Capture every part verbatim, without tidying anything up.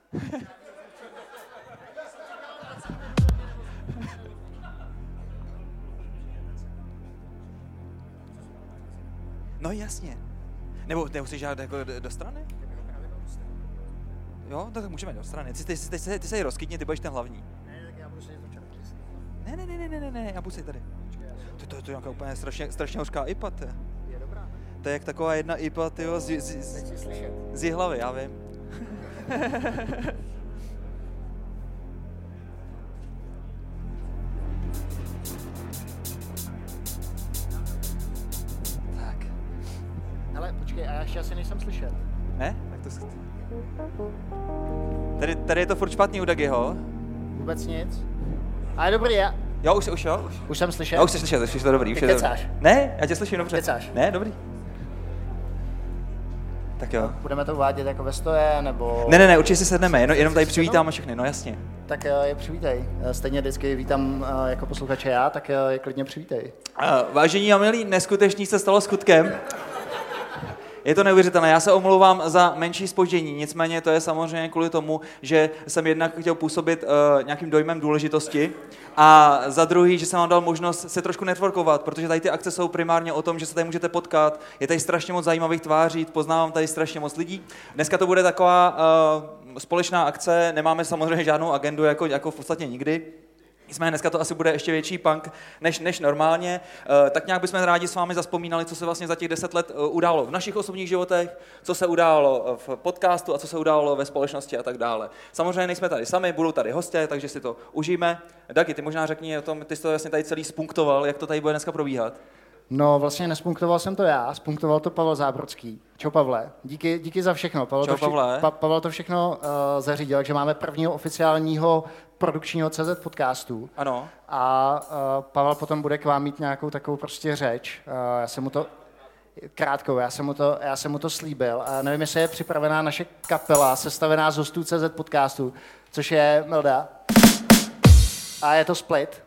No jasně. Nebo nemusíš žádat jako do, do strany? Jo, tak můžeme do strany. Ty, ty, ty, ty, ty se ji rozkytni, ty budeš ten hlavní. Ne, tak já budu sedět do čertu. Ne, ne, ne, ne, ne, ne, ne, já budu sedět tady. To, to, to je nějaká úplně strašně, strašně hořká I P A, ty. Je dobrá. To je jak taková jedna I P A, tyjo, z, z, z, z jihlavy, já vím. Tak. Hele, počkej, a já ještě asi nejsem slyšet. Ne? Tak to... Tady, tady je to furt špatný u Dagyho. Vůbec nic. Ale dobrý, já... Jo, už, už jo? Už, Už jsem slyšet? jo, už jsi slyšet, už je to dobrý. Už Ty je to kecáš. dobrý. Ne, já tě slyším dobře. Kecáš. Ne, dobrý. Tak jo. Budeme to uvádět jako ve stoje, nebo... Ne, ne, ne, určitě si sedneme, jenom, jenom tady přivítáme všechny, no jasně. Tak eh, je přivítej. Eh, Stejně vždycky vítám eh, jako posluchače já, tak eh, je klidně přivítej. Uh, vážení a milí, neskutečný se stalo skutkem. Je to neuvěřitelné, já se omlouvám za menší zpoždění, nicméně to je samozřejmě kvůli tomu, že jsem jednak chtěl působit uh, nějakým dojmem důležitosti a za druhý, že jsem vám dal možnost se trošku networkovat, protože tady ty akce jsou primárně o tom, že se tady můžete potkat, je tady strašně moc zajímavých tváří, poznávám tady strašně moc lidí. Dneska to bude taková uh, společná akce, nemáme samozřejmě žádnou agendu jako, jako v podstatě nikdy. Nicméně dneska to asi bude ještě větší punk než, než normálně. E, tak nějak bychom rádi s vámi zazpomínali, co se vlastně za těch deset let událo v našich osobních životech, co se událo v podcastu a co se událo ve společnosti a tak dále. Samozřejmě nejsme tady sami, budou tady hosté, takže si to užijeme. Dagy, ty možná řekni o tom, ty jsi to vlastně tady celý spunktoval, jak to tady bude dneska probíhat. No vlastně nespunktoval jsem to já, spunktoval to Pavel Zábrodský. Čau Pavle, díky, díky za všechno. Pavel Čau to vše, Pavle. pa, Pavel to všechno uh, zařídil, takže máme prvního oficiálního produkčního C Z podcastu. Ano. A uh, Pavel potom bude k vám mít nějakou takovou prostě řeč. Uh, já jsem mu to krátkou, já jsem mu to, já jsem mu to slíbil. A nevím, jestli je připravená naše kapela, sestavená z hostů C Z podcastu, což je Melda. A je to Split.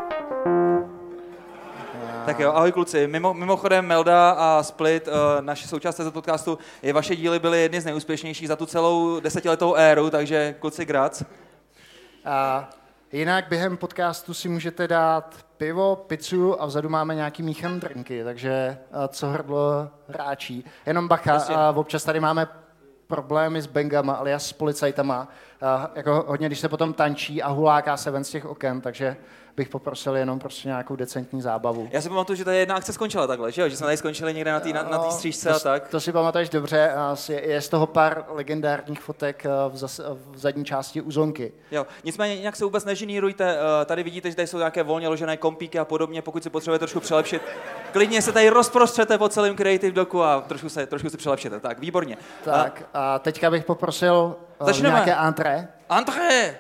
Tak jo, ahoj kluci. Mimo, mimochodem Melda a Split, uh, naše součást C Z podcastu, je vaše díly byly jedny z nejúspěšnějších za tu celou desetiletou éru, takže kluci grac. A jinak během podcastu si můžete dát pivo, pizzu a vzadu máme nějaký míchaný drinky, takže a co hrdlo ráčí. Jenom bacha, Prostě. a občas tady máme problémy s bengama, alias s policajtama. A jako hodně, když se potom tančí a huláká se ven z těch oken, takže bych poprosil jenom prostě nějakou decentní zábavu. Já si pamatuju, že ta jedna akce skončila takhle, že jo? Že jsme tady skončili někde na té na, na tý střížce to, a tak. To si pamatuješ dobře, a je, je z toho pár legendárních fotek v, zas, v zadní části Uzonky. Jo, nicméně nějak se vůbec neženírujte, tady vidíte, že tady jsou nějaké volně ložené kompíky a podobně, pokud si potřebujete trošku přilepšit. Klidně se tady rozprostřete po celém Creative Doku a trošku se, trošku si přilepšete. Tak, výborně. Tak a teďka bych poprosil Začneme. nějaké entrée. Entrée!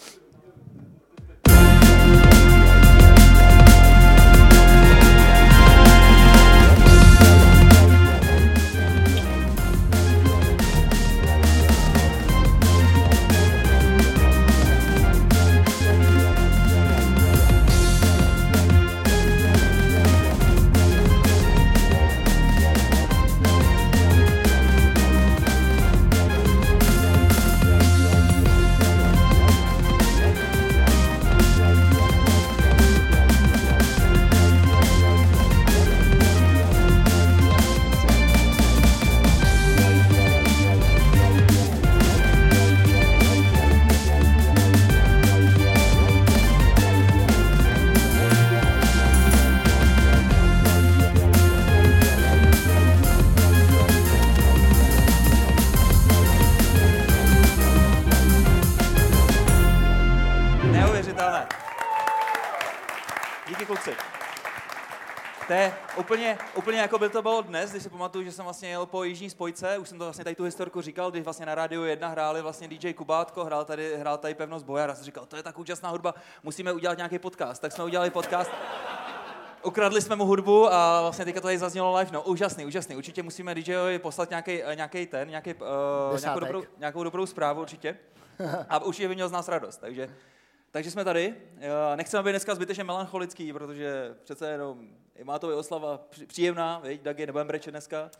To je úplně, úplně jako by to bylo dnes, když si pamatuju, že jsem vlastně jel po jižní spojce, už jsem to vlastně tady tu historku říkal, když vlastně na Rádiu jedna hráli vlastně D J Kubátko, hrál tady, hrál tady Pevnost Bojar a jsem říkal, to je tak úžasná hudba, musíme udělat nějaký podcast, tak jsme udělali podcast. Ukradli jsme mu hudbu a vlastně teďka to tady zaznělo live, no úžasný, úžasný, určitě musíme DJovi poslat nějaký, nějaký ten, nějaký, uh, nějakou, dobrou, nějakou dobrou zprávu určitě a určitě by měl z nás radost, takže, takže jsme tady, nechceme být dneska zbytečně melancholický, protože přece jenom má to i oslava příjemná, viď, Dagi, nebudeme brečet dneska.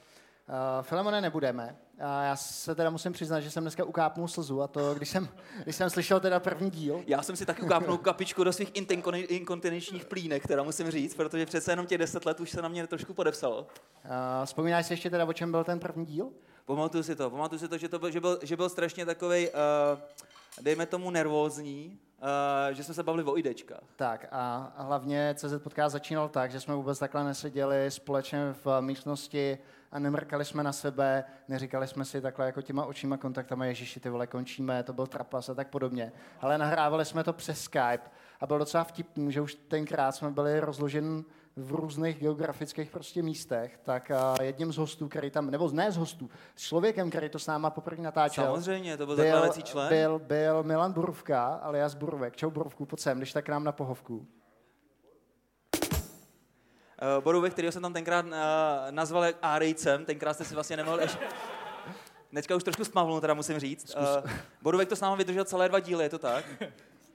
Filemone, nebudeme. A já se teda musím přiznat, že jsem dneska ukápnul slzu a to, když jsem, když jsem slyšel teda první díl. Já jsem si taky ukápnul kapičku do svých inkontinenčních plínek, teda musím říct, protože přece jenom těch deset let už se na mě trošku podepsalo. A vzpomínáš si ještě teda, o čem byl ten první díl? Pamatuju si to, pamatuju si to, že, to byl, že, byl, že byl strašně takovej, uh, dejme tomu nervózní, uh, že jsme se bavili o idečkách. Tak a hlavně C Z Podcast začínal tak, že jsme vůbec takhle neseděli společně v místnosti a nemrkali jsme na sebe, neříkali jsme si takhle jako těma očima kontaktama, ježiši, ty vole, končíme, to byl trapas a tak podobně. Ale nahrávali jsme to přes Skype a bylo docela vtipný, že už tenkrát jsme byli rozloženi v různých geografických prostě místech, tak jedním z hostů, který tam, nebo ne z hostů, s člověkem, který to s náma poprvé natáčel. Samozřejmě, to byl zakládací člen. Byl, byl Milan Borůvka, alias Borůvek. Čau Borůvku, pojď sem, když tak k nám na pohovku. Uh, Borůvek, kterýho jsem tam tenkrát uh, nazval Árejcem, tenkrát jste si vlastně nemohli ještě... Dneska už trošku stmavnul, teda musím říct. Uh, Borůvek to s námi vydržel celé dva díly, je to tak? uh,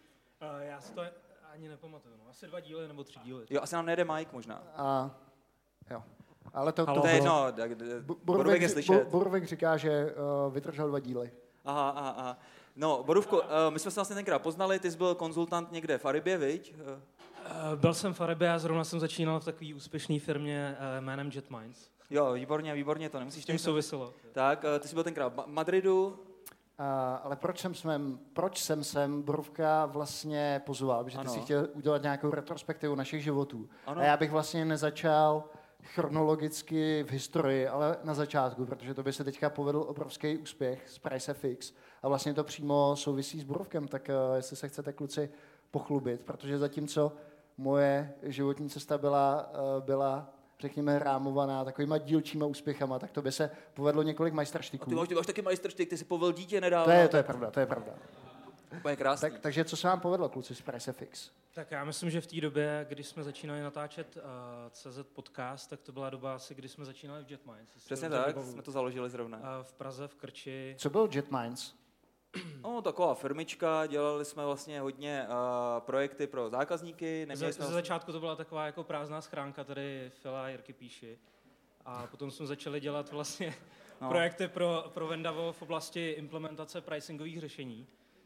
já si to ani nepamatuju, no. Asi dva díly nebo tři díly. Jo, asi nám nejde Mike možná. A, jo. Ale to, to, to je jedno, Borůvek je slyšet. Borůvek říká, že uh, vydržel dva díly. Aha, aha, aha. No, Borůvko, uh, my jsme se vlastně tenkrát poznali, ty jsi byl konzultant někde v Aribě, viď? Uh, Byl jsem v Arabě a zrovna jsem začínal v takové úspěšné firmě jménem JetMinds. Jo, výborně, výborně, to nemusíš... Tím souviselo. Tak, ty jsi byl tenkrát v Madridu. Uh, ale proč jsem sem, proč jsem sem Borůvka vlastně pozval? Protože ty si chtěl udělat nějakou retrospektivu našich životů. Ano. A já bych vlastně nezačal chronologicky v historii, ale na začátku, protože to by se teďka povedl obrovský úspěch z PriceFX a vlastně to přímo souvisí s Borůvkem, tak uh, jestli se chcete, kluci, pochlubit, protože zatímco moje životní cesta byla, byla, řekněme, rámovaná takovýma dílčíma úspěchama, tak to by se povedlo několik majstrštiků. A ty máš, ty máš taky majstrštyk, ty jsi povedl dítě nedávno. To je, to je pravda, to je pravda. Úplně krásný. Tak, takže co se vám povedlo, kluci z PriceFX? Tak já myslím, že v té době, když jsme začínali natáčet uh, C Z Podcast, tak to byla doba asi, kdy jsme začínali v JetMinds. Přesně tak, vybavu. Jsme to založili zrovna. Uh, v Praze, v Krči. Co byl JetMinds? No, taková firmička, dělali jsme vlastně hodně uh, projekty pro zákazníky. Ze, jsme ze vlastně... začátku to byla taková jako prázdná schránka tady Fila a Jirky Píši. A potom jsme začali dělat vlastně no. projekty pro, pro Vendavo v oblasti implementace pricingových řešení.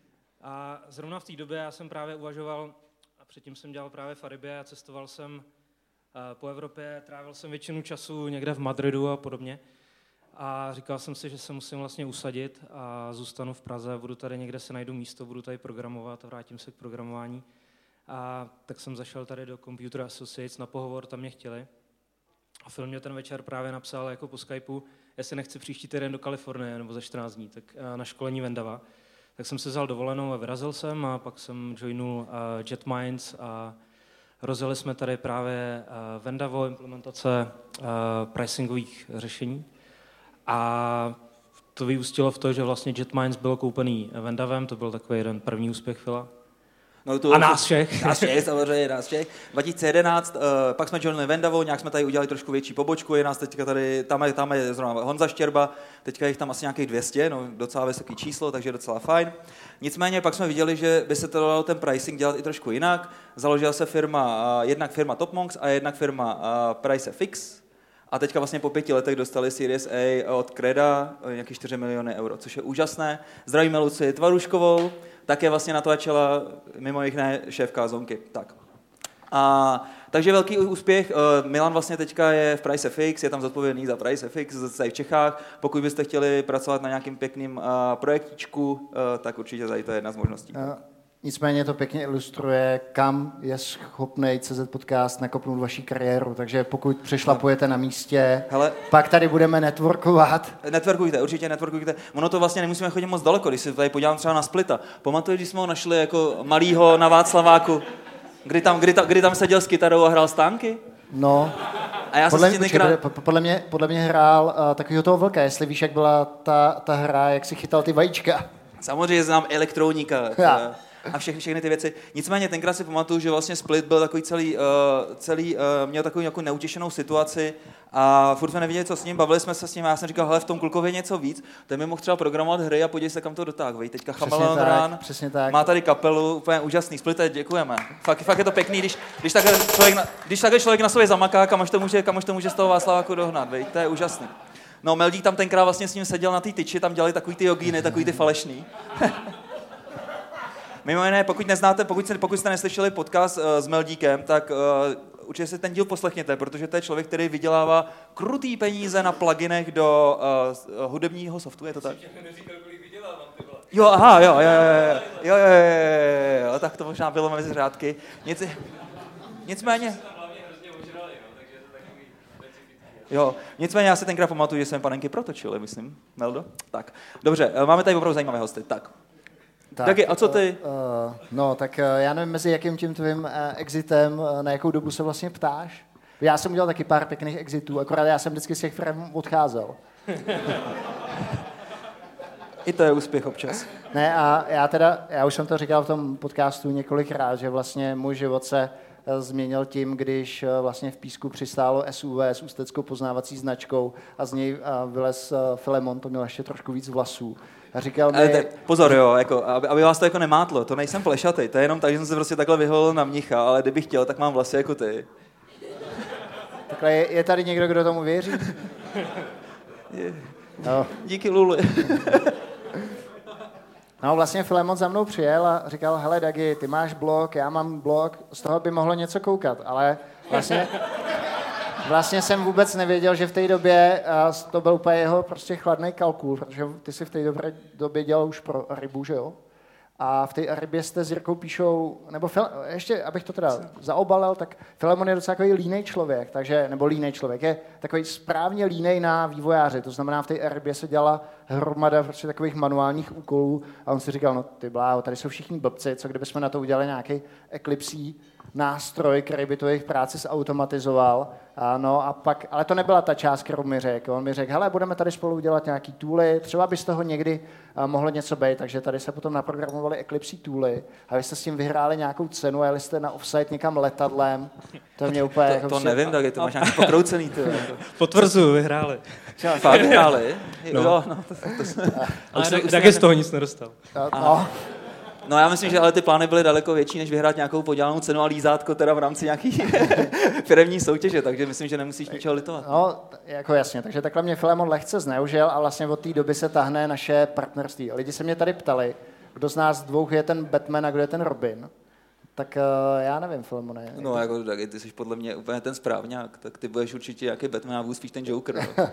A zrovna v té době já jsem právě uvažoval, a předtím jsem dělal právě v Aribě a cestoval jsem uh, po Evropě, trávil jsem většinu času někde v Madridu a podobně. A říkal jsem si, že se musím vlastně usadit a zůstanu v Praze, budu tady někde, se najdu místo, budu tady programovat a vrátím se k programování. A tak jsem zašel tady do Computer Associates na pohovor, tam mě chtěli. A Phil mě ten večer právě napsal jako po Skypeu, jestli nechci příští týden do Kalifornie nebo za čtrnáct dní, tak na školení Vendava. Tak jsem se vzal dovolenou a vyrazil jsem a pak jsem joinul uh, JetMinds a rozjeli jsme tady právě uh, Vendavo, implementace uh, pricingových řešení. A to vyústilo v to, že vlastně JetMinds bylo koupený Vendavem, to byl takový jeden první úspěch Fila. No to a nás všech. Nás všech, samozřejmě, nás všech. dva tisíce jedenáct, uh, pak jsme joinili Vendavo, nějak jsme tady udělali trošku větší pobočku, je nás teďka tady, tam je, tam je zrovna Honza Štěrba, teďka jich tam asi nějakých dvě stě, no docela vysoké číslo, takže docela fajn. Nicméně pak jsme viděli, že by se to dalo ten pricing dělat i trošku jinak. Založila se firma, uh, jednak firma TopMonks a jednak firma uh, PriceFX. A teďka vlastně po pěti letech dostali Series A od Creda nějaké čtyři miliony euro, což je úžasné. Zdravíme Luci Tvaruškovou, také vlastně natáčela mimo jiné šéfka Zonky. Tak. A, takže velký úspěch. Milan vlastně teďka je v PriceFX, je tam zodpovědný za PriceFX tady v Čechách. Pokud byste chtěli pracovat na nějakým pěkným uh, projektičku, uh, tak určitě tady to je jedna z možností. Uh. Nicméně to pěkně ilustruje, kam je schopný C Z Podcast nakopnout vaši kariéru, takže pokud přešlapujete na místě, hele, pak tady budeme networkovat. Networkujte, určitě networkujte. Ono to vlastně nemusíme chodit moc daleko, když si tady podívám třeba na Splita. Pamatuješ, když jsme ho našli jako malýho na Václaváku, kdy tam, kdy tam, kdy tam seděl s kytarou a hrál stánky? No, a já podle, jsem počkej, tenkrát... podle, mě, podle mě hrál uh, takovýho toho vlka, jestli víš, jak byla ta, ta hra, jak si chytal ty vajíčka. Samozřejmě znám elektronika. A všechny, všechny ty věci. Nicméně tenkrát si pamatuju, že vlastně Split byl takový celý, uh, celý uh, měl takovou nějakou neutěšenou situaci a furt jsme nevěděli, co s ním, bavili jsme se s ním a já jsem říkal, hele, v tom klukově něco víc, ten mi mohl třeba programovat hry a podívej se, kam to dotáhl. Teďka Chameleon Run, má tady kapelu, úplně úžasný. Splite, děkujeme. Fakt, fakt je to pěkný, když, když, takhle člověk na, když takhle člověk na sobě zamaká, kam až to může, kam až to může z toho Václaváku dohnat, vej? To je úžasný. No, Meldík tam tenkrát vlastně s ním seděl na té tyči, tam dělali takový ty jogíny, takový ty falešný. Mimo jiné, pokud neznáte, pokud, se, pokud jste neslyšeli podcast uh, s Meldíkem, tak uh, určitě si ten díl poslechněte, protože to je člověk, který vydělává krutý peníze na pluginech do uh, hudebního softu, je to tak? Jo, aha, jo, jo, jo, jo, jo, jo, jo, jo, tak to možná bylo mezi řádky. Nic, nicméně... Jo, nicméně já si tenkrát pamatuju, že jsme panenky protočili, myslím, Meldo. Tak, dobře, máme tady opravdu zajímavé hosty, tak. Tak, Taky, a co ty? Uh, no, tak uh, já nevím, mezi jakým tím tvým uh, exitem, uh, na jakou dobu se vlastně ptáš. Já jsem udělal taky pár pěkných exitů, akorát já jsem vždycky z těch firm odcházel. I to je úspěch občas. Ne, a já teda, já už jsem to říkal v tom podcastu několikrát, že vlastně můj život se uh, změnil tím, když uh, vlastně v Písku přistálo S U V s ústeckou poznávací značkou a z něj uh, vylez uh, Filemon, to měl ještě trošku víc vlasů. A říkal mi... Te, pozor, jo, jako, aby, aby vás to jako nemátlo, to nejsem plešatý, to je jenom tak, že jsem se prostě takhle vyholil na mnicha, ale kdybych chtěl, tak mám vlasy jako ty. Takhle je, je tady někdo, kdo tomu věří? Je. No. Díky, Luli. No vlastně Filemon za mnou přijel a říkal, hele Dagi, ty máš blog, já mám blog, z toho by mohlo něco koukat, ale vlastně... Vlastně jsem vůbec nevěděl, že v té době to byl úplně jeho prostě chladný kalkul, protože ty si v té době, době dělal už pro rybu, že jo? A v té rybě jste s Jirkou píšou, nebo Fil, ještě, abych to teda zaobalil, tak Filemon je docela takový línej člověk, takže, nebo línej člověk, je takový správně línej na vývojáře, to znamená v té rybě se dělala hromada prostě takových manuálních úkolů a on si říkal, no ty bláho, tady jsou všichni blbci, co kdybychom na to udělali nějaký Eclipse nástroj, který by tu jejich práci zautomatizoval. A no a pak, ale to nebyla ta část, kterou mi řekl. On mi řekl, hele, budeme tady spolu dělat nějaký tooly, třeba by z toho někdy uh, mohlo něco být, takže tady se potom naprogramovali Eclipse tooly a vy jste s tím vyhráli nějakou cenu a jeli jste na offsite někam letadlem. To mě úplně... To, jako to vše... nevím, tak je to máš nějaký pokroucený. Ty. Potvrzuju, vyhráli. Fakt vyhráli? No. Jo, no, to, to, to, ale tak, tak je z toho nic nedostal. No. No já myslím, že ale ty plány byly daleko větší, než vyhrát nějakou podělanou cenu a lízátko teda v rámci nějaký firemní soutěže, takže myslím, že nemusíš ničeho litovat. No, jako jasně, takže takhle mě Filemon lehce zneužil a vlastně od té doby se tahne naše partnerství. Lidi se mě tady ptali, kdo z nás dvou je ten Batman a kdo je ten Robin. Tak uh, já nevím, Filemone. No jako tak, ty jsi podle mě úplně ten správňák, tak ty budeš určitě nějaký Batman a budu spíš ten Joker. No.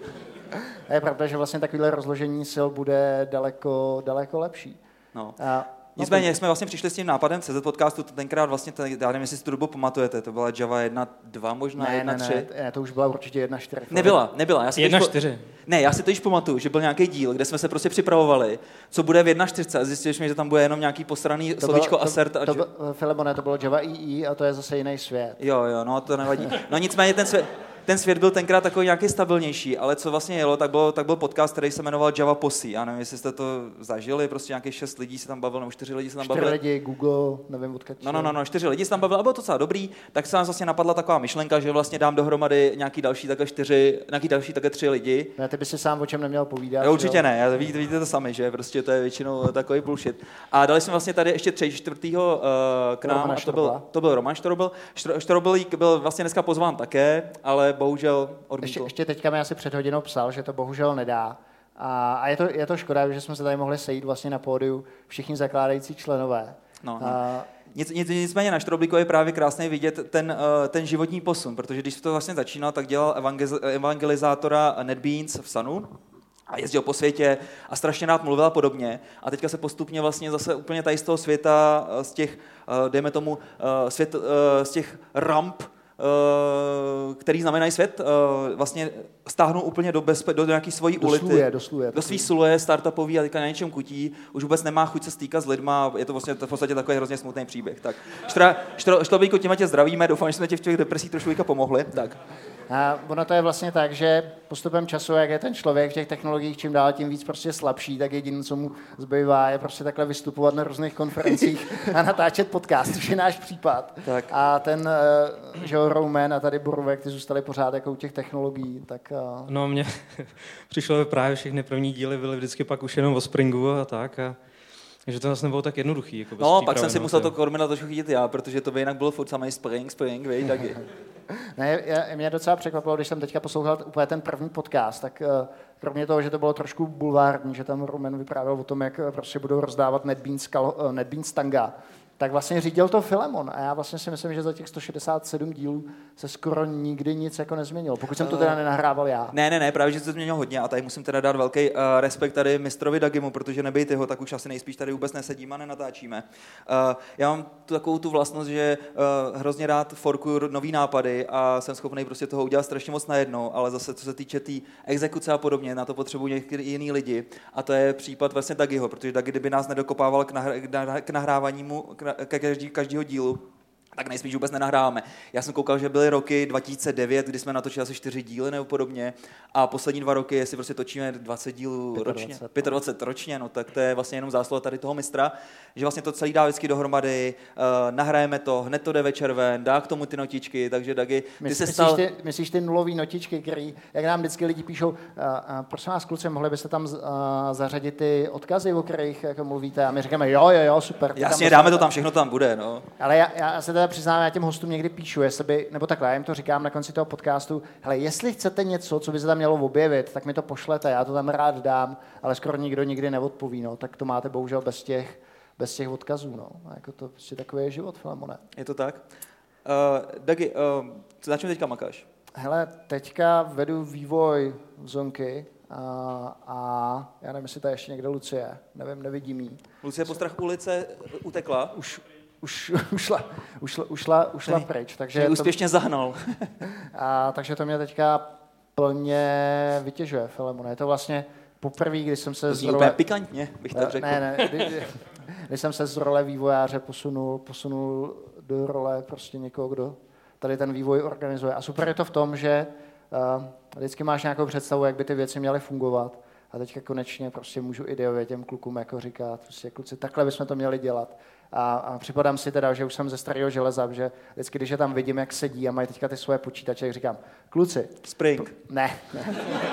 Je pravda, že vlastně takovéhle rozložení sil bude daleko, daleko lepší. No. A Nicméně, jak jsme vlastně přišli s tím nápadem C Z podcastu, to tenkrát vlastně, já nevím, jestli si tu dobu pamatujete, to byla Java jedna dva možná, ne, jedna tři. Ne, ne, to už byla určitě jedna čtyři. Nebyla, nebyla. Já si jedna po... čtyři. Ne, já si to již pamatuju, že byl nějaký díl, kde jsme se prostě připravovali, co bude v jedna čtyři a zjistili jsme, že tam bude jenom nějaký posraný to slovíčko bylo, assert. To, A... to, to, Filemone, to bylo Java I I a to je zase jiný svět. Jo, jo, no to nevadí. No nicméně ten svět, ten svět byl tenkrát takový nějaký stabilnější, ale co vlastně jelo, tak byl, tak byl podcast, který se jmenoval Java Posse. Já nevím, jestli jste to zažili, prostě nějakých šest lidí se tam bavilo, nebo čtyři lidi se tam čtyři bavili. lidi, Google, nevím odkud. No, no, no, no, čtyři lidi se tam bavili a bylo to docela dobrý, tak se nám vlastně napadla taková myšlenka, že vlastně dám dohromady nějaký další takhle čtyři, nějaký další takhle tři lidi. Ne, ty by si sám o čem neměl povídat. No, určitě jo? Ne, já, vidíte, vidíte to sami, že prostě to je většinou takový bullshit. A dali jsme vlastně tady ještě tři čtvrtýho uh, k nám, a to byl, to byl Roman Štorobl. Štorobylík byl vlastně dneska pozván také, ale bohužel odmítl. Ještě, ještě teďka mi asi před hodinou psal, že to bohužel nedá. A, a je, to, je to škoda, že jsme se tady mohli sejít vlastně na pódiu všichni zakládající členové. No, no. A, Nic, nic, nicméně na Štroblíku je právě krásný vidět ten, uh, ten životní posun, protože když to vlastně začínal, tak dělal evangeliz- evangelizátora NetBeans v Sunu a jezdil po světě a strašně rád mluvil a podobně. A teďka se postupně vlastně zase úplně tady z toho světa, z těch, uh, dejme tomu, uh, svět, uh, z těch ramp, který znamenají svět, vlastně stáhnou úplně do, bezpe- do nějaký svojí do ulity. Sluje, do sluje, do svý sluje, startupový a teďka na něčem kutí, už vůbec nemá chuť se stýkat s lidma, je to vlastně v podstatě takový hrozně smutný příběh. Tak, Štrobíku, tím tě zdravíme, doufám, že jsme tě v těch depresích trošku pomohli. Tak. A ono to je vlastně tak, že postupem času, jak je ten člověk v těch technologiích čím dál tím víc prostě slabší, tak jediné, co mu zbývá, je prostě takhle vystupovat na různých konferencích a natáčet podcast, což je náš případ. Tak. A ten, že jo, Roman a tady Borovek, ty zůstali pořád jako u těch technologií, tak... No mně přišlo právě všechny první díly byly vždycky pak už jenom o Springu a tak a Takže to zase nebylo tak jednoduchý. Jako no, pak jsem si musel to kormidlo trošku chytit já, protože to by jinak bylo furt samý spring, spring, vej, taky. Ne, mě docela překvapilo, když jsem teďka poslouchal úplně ten první podcast, tak kromě toho, že to bylo trošku bulvární, že tam Roman vyprávěl o tom, jak prostě budou rozdávat NetBeans, kal, NetBeans Tanga, tak vlastně řídil to Filemon a já vlastně si myslím, že za těch sto šedesát sedm dílů se skoro nikdy nic jako nezměnilo, pokud jsem to teda nenahrával já. Ne, ne, ne, právě, že se to změnilo hodně a tady musím teda dát velký uh, respekt tady mistrovi Dagimu, protože nebejte ho, tak už asi nejspíš tady vůbec nesedíme a nenatáčíme. Uh, já mám tu takovou tu vlastnost, že uh, hrozně rád forkuju nový nápady a jsem schopný prostě toho udělat strašně moc najednou, ale zase co se týče té tý exekuce a podobně, na to potřebují některý jiný lidi a to je případ vlastně Dagiho, protože Dagi, kdyby nás nedokopával k, nahr- k nahrávanímu, k ke každý, každého dílu, tak nejspíš vůbec nenahráváme. Já jsem koukal, že byly roky dva tisíce devět, kdy jsme natočili asi čtyři díly nebo podobně a poslední dva roky, jestli prostě točíme dvacet dílů ročně, dvacet pět ročně, no tak to je vlastně jenom zásluha tady toho mistra, že vlastně to celý dá vždycky dohromady, uh, nahrajeme to, hned to jde večer ven, dá k tomu ty notičky, takže Dagi, ty Mysl, se myslíš stal... Ty, myslíš ty nulový notičky, který, jak nám vždycky lidi píšou, uh, uh, prosím vás kluci, mohli byste tam uh, zařadit ty odkazy, o kterých jako mluvíte a my říkáme jo, jo, jo, super. Jasně, dáme to tam, všechno tam bude, no. Ale já, já se teda přiznám, já těm hostům někdy píšu, jestli by, nebo takhle, já jim to říkám na konci toho podcastu, hele, jestli chcete něco, co by se tam mělo objevit, tak mi to pošlete, já to tam rád dám, ale skoro nikdo nikdy neodpoví, no, tak to máte bohužel bez těch, bez těch odkazů, no. A jako to prostě takový je život, Filemone. Je to tak? Uh, Dagi, uh, na čem teďka makáš? Hele, teďka vedu vývoj Zonky a, a já nevím, jestli to je ještě někde Lucie, nevím, nevidím jí. Lucie po strachu ulice utekla? Už, už ušla, ušla, ušla, ušla pryč. Takže to, úspěšně zahnal. a, takže to mě teďka plně vytěžuje, Filemone. Je to vlastně poprvé, kdy jsem se to z role... úplně pikantně, bych tak řekl. Ne, ne, kdy, kdy jsem se z role vývojáře posunul, posunul do role prostě někoho, kdo tady ten vývoj organizuje. A super je to v tom, že uh, vždycky máš nějakou představu, jak by ty věci měly fungovat. A teďka konečně prostě můžu ideově těm klukům jako říkat, prostě kluci, takhle bychom to měli dělat. A, a připadám si teda, že už jsem ze starého železa, že vždycky, když je tam vidím, jak sedí a mají teďka ty svoje počítače, tak říkám, kluci. Spring. P- ne, ne.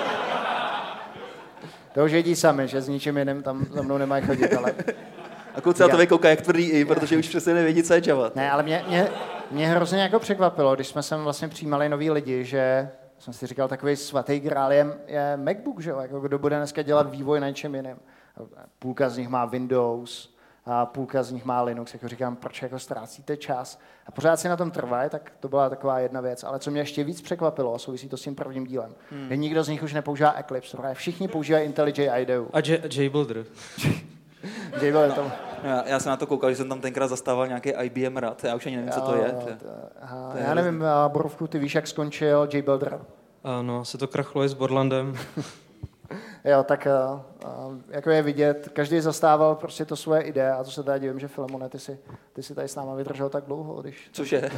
To už jedí sami, že s ničím jiným tam za mnou nemají chodit, ale... A kluci na to vykoukají jak tvrdý i, protože už přesně nevědí, co je Java. Ne, ale mě, mě, mě hrozně jako překvapilo, když jsme sem vlastně přijímali nový lidi, že jsem si říkal, takový svatý grál je, je MacBook, že jo, jako kdo bude dneska dělat vývoj na něčem jiném. Půlka z nich má Windows, a půlka z nich má Linux, jako říkám, proč jako ztrácíte čas. A pořád si na tom trvají, tak to byla taková jedna věc. Ale co mě ještě víc překvapilo, a souvisí to s tím prvním dílem, hmm. že nikdo z nich už nepoužívá Eclipse, všichni používají IntelliJ IDEO. A JBuilder. JBuilder to... Já, já jsem na to koukal, že jsem tam tenkrát zastával nějaký I B M rad, já už ani nevím, co to je. To, aha, to je já nevím, Borovku, ty víš, jak skončil JBuilder? Ano, se to krachlo i s Borlandem. Jo, tak jako je vidět, každý zastával prostě to svoje idee a to se teda divím, že Filemone, ty si, ty si tady s náma vydržel tak dlouho, když... Cože?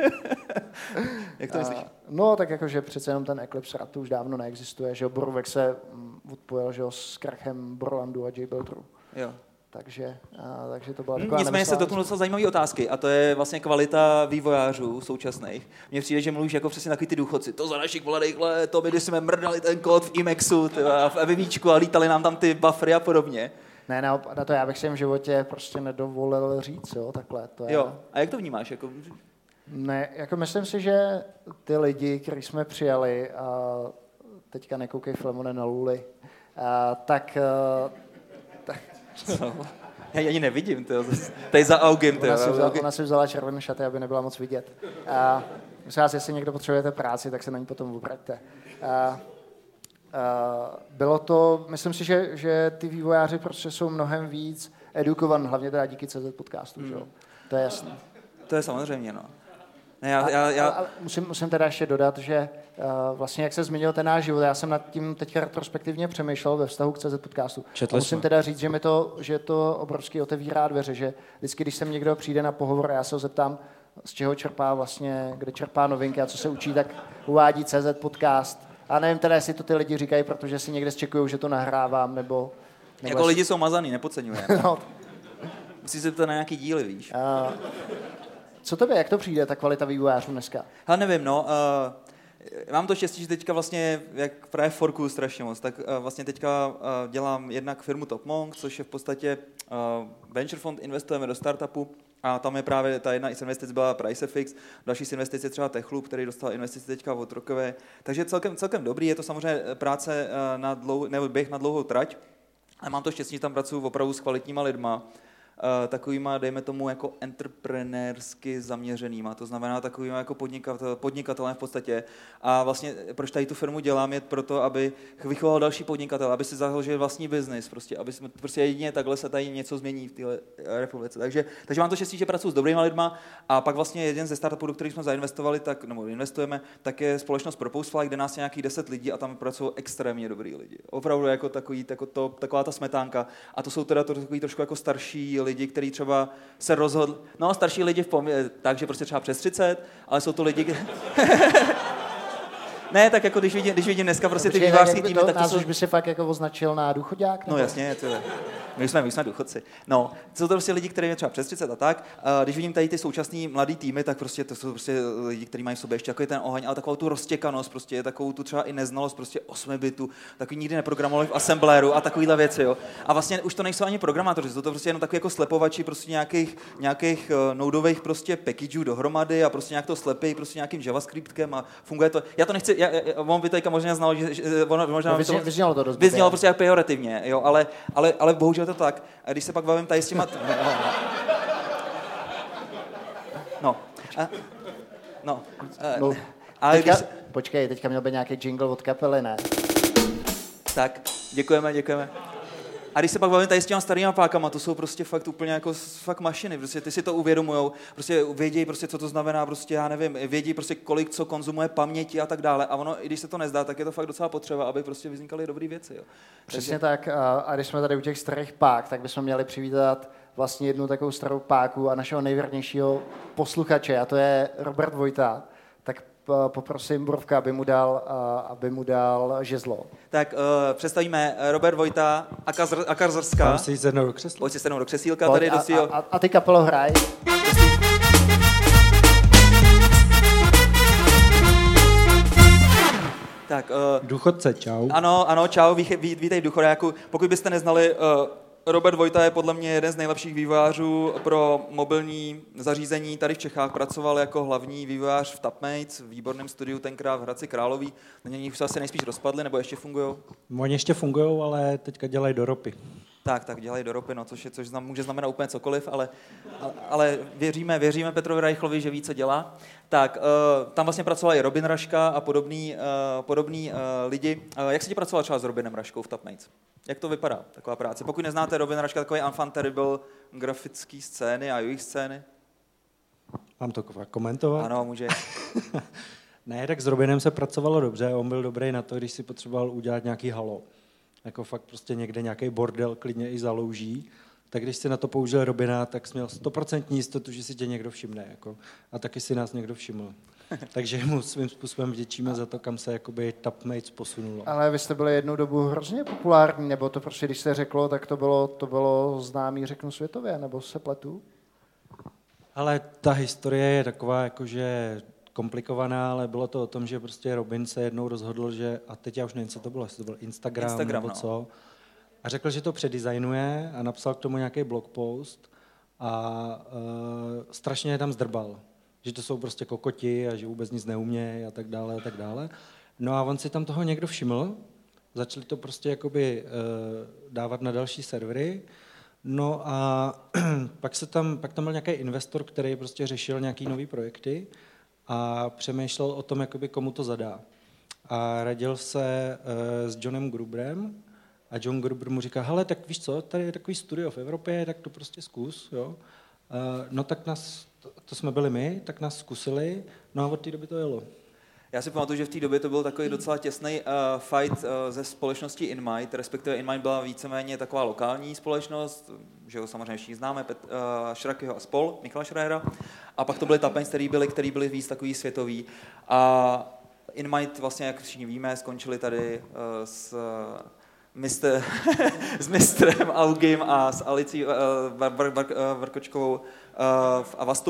Jak to myslíš? No, tak jakože přece jenom ten Eclipse rad už dávno neexistuje, že Borovek se odpojil, že s krachem Borlandu a JBuilderu. Jo. Takže, a, takže to byla taková Nicméně se dotknu docela zajímavé otázky a to je vlastně kvalita vývojářů současných. Mně přijde, že mluvíš jako přesně takový ty důchodci. To za našich mladých let, to my, když jsme mrdali ten kód v Emaxu a v Evivíčku a lítali nám tam ty buffery a podobně. Ne, ne, na to já bych si v životě prostě nedovolil říct, jo, takhle. To je... Jo, a jak to vnímáš? Jako... Ne, jako myslím si, že ty lidi, který jsme přijali, a teďka nekoukej Filemone na Luli, a, tak... A, tak Co? Já ji ani nevidím, tyjo. Tady za augem, tyjo. Ona si vzala, ona si vzala červené šaty, aby nebyla moc vidět. A myslím vás, jestli někdo potřebujete práci, tak se na ní potom obraťte. A, a bylo to, myslím si, že, že ty vývojáři prostě jsou mnohem víc edukovaní, hlavně teda díky C Z podcastu, hmm. že jo? To je jasný. To je samozřejmě, no. Ne, já, já, já... A, a musím, musím teda ještě dodat, že uh, vlastně jak se změnil ten náš život, já jsem nad tím teďka retrospektivně přemýšlel ve vztahu k C Z podcastu. Četli a musím jsme. teda říct, že mi to, že to obrovsky otevírá dveře, že vždycky, když sem někdo přijde na pohovor a já se ho zeptám, z čeho čerpá vlastně, kde čerpá novinky a co se učí, tak uvádí C Z podcast. A nevím teda, jestli to ty lidi říkají, protože si někde zčekují, že to nahrávám, nebo... nebo jako jestli... lidi jsou mazaný, nepodceňuje. no. Musíš se ptat na nějaký díly, víš. Uh, co tobě, jak to přijde, ta kvalita vývojářů dneska? Ale nevím, no. Uh, mám to štěstí, že teďka vlastně, jak právě forkuju strašně moc, tak uh, vlastně teďka uh, dělám jednak firmu Top Monk, což je v podstatě uh, venture fund, investujeme do startupu a tam je právě ta jedna z investic byla PriceFX, další z investic je třeba Techloop, který dostal investici teďka od Rokové, takže celkem, celkem dobrý, je to samozřejmě práce uh, na dlouhou, nebo běh na dlouhou trať, ale mám to štěstí, že tam pracuji opravdu s kvalitníma lidma, Uh, takovýma, dejme tomu, jako entreprenersky zaměřenýma, to znamená takovýma jako podnikatel, podnikatelem v podstatě. A vlastně, proč tady tu firmu dělám, je proto, aby vychoval další podnikatel, aby si založil vlastní biznis, prostě, aby jsme, prostě jedině takhle se tady něco změní v téhle republice. Takže, takže mám to štěstí, že pracuji s dobrýma lidma a pak vlastně jeden ze startupů, do kterých jsme zainvestovali, tak, nebo investujeme, tak je společnost Proposefly, kde nás je nějakých deset lidí a tam pracují extrémně dobrý lidi. Opravdu jako takový, jako to, taková ta smetánka. A to jsou teda to, takový trošku jako starší lidi, kteří třeba se rozhodli, no starší lidi v pomě- takže prostě třeba přes třicet, ale jsou to lidi, ne, tak jako když vidím, když vidím dneska prostě ty vývářský týmy, tak to jsou... už by se fakt jako označil na důchodák? No jasně, to je. My jsme, my jsme důchodci. No, jsou to prostě lidi, kteří je třeba přes třicet a tak. A když vidím tady ty současný mladý týmy, tak prostě to jsou prostě lidi, kteří mají v sobě ještě jako ten oheň, ale takovou tu roztěkanost, prostě takovou tu třeba i neznalost prostě osmi bitů, takový nikdy neprogramovali v assembléru a takovýhle věci, jo. A vlastně už to nejsou ani programátoři, jsou to prostě jenom takový jako slepovači prostě nějakých nějakých uh, noudových prostě packageů dohromady a prostě nějak to slepej prostě nějakým JavaScriptkem a funguje to. Já to nechci, já, já, on by teďka možná znal, že, že ono, možná no, vyznělo, to, vyznělo to dost. Vyznělo prostě jak pejorativně, jo, ale, ale, ale bohužel to tak. A když se pak bavím tady s těma... No. A, no. A, no. Ale teďka, když... Počkej, teďka měl být nějaký jingle od kapely, ne? Tak, děkujeme, děkujeme. A když se pak bavím tady s těma starýma pákama, to jsou prostě fakt úplně jako fakt mašiny, prostě ty si to uvědomujou, prostě vědí prostě, co to znamená, prostě já nevím, vědí prostě, kolik co konzumuje paměti a tak dále. A ono, i když se to nezdá, tak je to fakt docela potřeba, aby prostě vznikaly dobré věci. Jo. Přesně Takže... tak. A když jsme tady u těch starých pák, tak bychom měli přivítat vlastně jednu takovou starou páku a našeho nejvěrnějšího posluchače, a to je Robert Vojta. Tak poprosím Borovka, aby mu dal, aby mu dal žezlo. Tak uh, představíme Robert Vojta a, Kazr, a Karzrská. Mám si sednout do křesla. Pojď si sednout do křesílka. Tady a, do a, a ty kapelo hraj. Tak, uh, důchodce, čau. Ano, ano, čau, vítej, vítej v Důchodáku. Pokud byste neznali, uh, Robert Vojta je podle mě jeden z nejlepších vývojářů pro mobilní zařízení. Tady v Čechách pracoval jako hlavní vývojář v Tapmates, v výborném studiu tenkrát v Hradci Králové. Na něj se asi nejspíš rozpadli, nebo ještě fungují? Oni ještě fungují, ale teďka dělají do ropy. Tak, tak dělají do ropy, no, což, je, což znam, může znamenat úplně cokoliv, ale, ale věříme, věříme Petrovi Reichlovi, že ví, co dělá. Tak, uh, tam vlastně pracoval i Robin Raška a podobný, uh, podobný uh, lidi. Uh, jak se ti pracoval třeba s Robinem Raškou v Tapmates? Jak to vypadá, taková práce? Pokud neznáte Robin Raška, takový enfant terrible grafický scény a jejich scény. Mám to komentovat? Ano, může. Ne, tak s Robinem se pracovalo dobře, on byl dobrý na to, když si potřeboval udělat nějaký halo. Jako fakt prostě někde nějaký bordel klidně i zalouží, tak když si na to použil Robina, tak jsi měl stoprocentní jistotu, že si tě někdo všimne. Jako. A taky si nás někdo všiml. Takže mu svým způsobem vděčíme za to, kam se jakoby Tapmates posunulo. Ale vy jste byli jednu dobu hrozně populární, nebo to prostě, když se řeklo, tak to bylo, to bylo známý, řeknu světově, nebo se pletu? Ale ta historie je taková, jakože komplikovaná, ale bylo to o tom, že prostě Robin se jednou rozhodl, že, a teď já už nevím, co to bylo, jestli to byl Instagram, Instagram nebo no. co, a řekl, že to předizajnuje a napsal k tomu nějaký blog post a uh, strašně je tam zdrbal, že to jsou prostě kokoti a že vůbec nic neumějí a tak dále a tak dále. No a on si tam toho někdo všiml, začali to prostě jakoby uh, dávat na další servery, no a pak, se tam, pak tam byl nějaký investor, který prostě řešil nějaký nový projekty a přemýšlel o tom, jakoby komu to zadá. A radil se uh, s Johnem Gruberem a John Gruber mu říká, hele, tak víš co, tady je takový studio v Evropě, tak to prostě zkus, jo. Uh, no tak nás, to, to jsme byli my, tak nás zkusili, no a od té doby to jelo. Já si pamatuju, že v té době to byl takový docela těsný uh, fight uh, ze společností InMind, respektive InMind byla víceméně taková lokální společnost, že ho samozřejmě všichni známe, Pet, uh, Šrakyho a spol, Michala Schreiera, a pak to byly Tapmates, který byli, který byli víc takový světový. A InMind vlastně, jak všichni víme, skončili tady uh, s, uh, mistr, s mistrem Augim a s Alicí uh, Bar, Bar, Bar, Varkočkovou uh, v Avastu.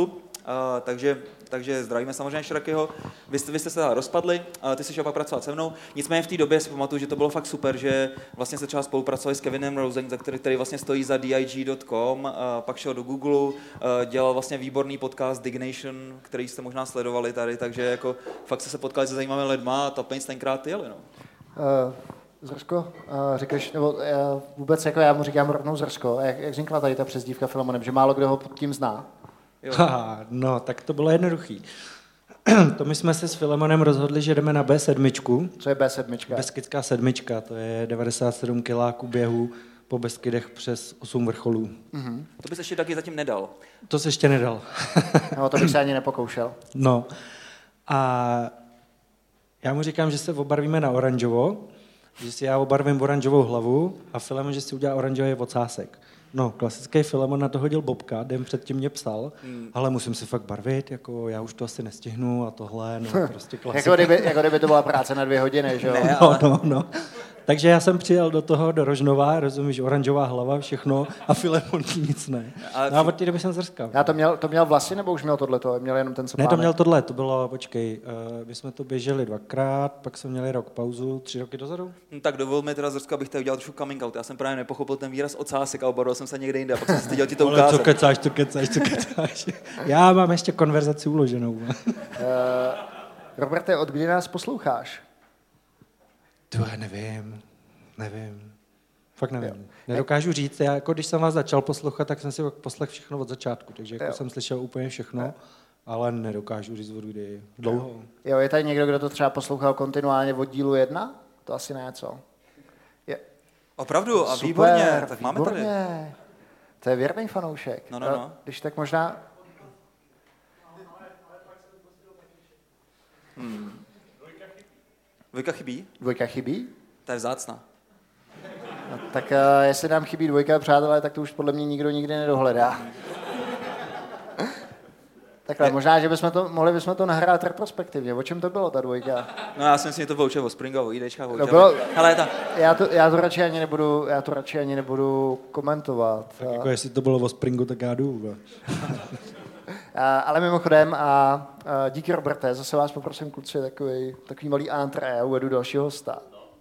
takže, takže zdravíme samozřejmě Šrakyho. Vy jste, vy jste se teda rozpadli, uh, ty jsi šel pak pracovat se mnou. Nicméně v té době si pamatuju, že to bylo fakt super, že vlastně se třeba spolupracovali s Kevinem Rosem, který, který vlastně stojí za D I G tečka com, uh, pak šel do Google, uh, dělal vlastně výborný podcast Dignation, který jste možná sledovali tady, takže jako fakt se se potkali se zajímavými lidma a Top Paints tenkrát jeli, no. Uh, Zrsko, uh, říkáš, nebo uh, vůbec jako já mu říkám rovnou Zrsko, jak, jak vznikla tady ta přezdívka Filemonem, že málo kdo ho pod tím zná? Ha, no, tak to bylo jednoduchý. To my jsme se s Filemonem rozhodli, že jdeme na B sedm. Co je B sedm? Beskidská sedmička, to je devadesát sedm kiláků běhu po Beskydech přes osm vrcholů. Mm-hmm. To bys ještě taky zatím nedal. To se ještě nedal. No, to bych se ani nepokoušel. No. A já mu říkám, že se obarvíme na oranžovo, že si já obarvím oranžovou hlavu a Filemon, že si udělá oranžový ocásek. No, klasický Filemon na to hodil Bobka, den předtím mě psal, hmm. ale musím si fakt barvit, jako já už to asi nestihnu a tohle, no prostě klasika. jako, kdyby, jako kdyby to byla práce na dvě hodiny, že jo? Ne, ale... No, no, no. Takže já jsem přijel do toho, do Rožnova, rozumíš, oranžová hlava, všechno a Filemon nic ne. No a od té doby jsem zrskal. Já to měl, to měl vlasy, nebo už měl tohleto? Měl jenom ten Ne, to měl tohle, to bylo, počkej, uh, my jsme to běželi dvakrát, pak jsme měli rok pauzu, tři roky dozadu. No, tak dovol mi teda Zrska, abych tady udělal trošku coming out. Já jsem právě nepochopil ten výraz ocásek, ale obarvil jsem se někde jinde a pak jsem si dělal ti to ukázat. Ale co kecáš, co kecáš, co kecáš. Já mám ještě konverzaci uloženou. uh, Roberte, od kdy nás posloucháš? To já nevím. Nevím. Fakt nevím. Jo. Nedokážu říct. Já, jako když jsem vás začal poslouchat, tak jsem si poslechl všechno od začátku, takže jako jsem slyšel úplně všechno, jo. Ale nedokážu říct od kdy. Dlouho. Jo, je tady někdo, kdo to třeba poslouchal kontinuálně od dílu jedna? To asi ne, co? Je. Opravdu? A Super, výborně. Tak máme výborně. tady. To je věrný fanoušek. No, no, no. Když tak možná... Hmm. Dvojka chybí? Dvojka chybí? To je vzácná. No, tak uh, jestli nám chybí dvojka, přátelé, tak to už podle mě nikdo nikdy nedohledá. Takhle, možná, že bychom to, mohli bychom to nahrát retrospektivně. O čem to bylo, ta dvojka? No já si myslím, že to bylo o Springu, o IDčkách, o no bylo, Hele, ta... já, to, já, to radši ani nebudu, já to radši ani nebudu komentovat. Tak jako jestli to bylo o Springu, tak já jdu. A, ale mimochodem, a, a díky Roberte, zase vás poprosím, kluci, takový, takový malý entré, já uvedu dalšího hosta.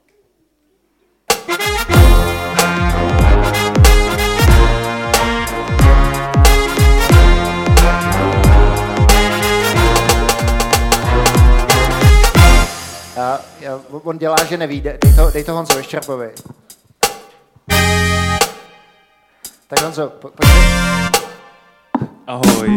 A, já, on dělá, že neví, dej to, dej to Honzovi Ščerbovi. Tak Honzo, po, pojď. Ahoj.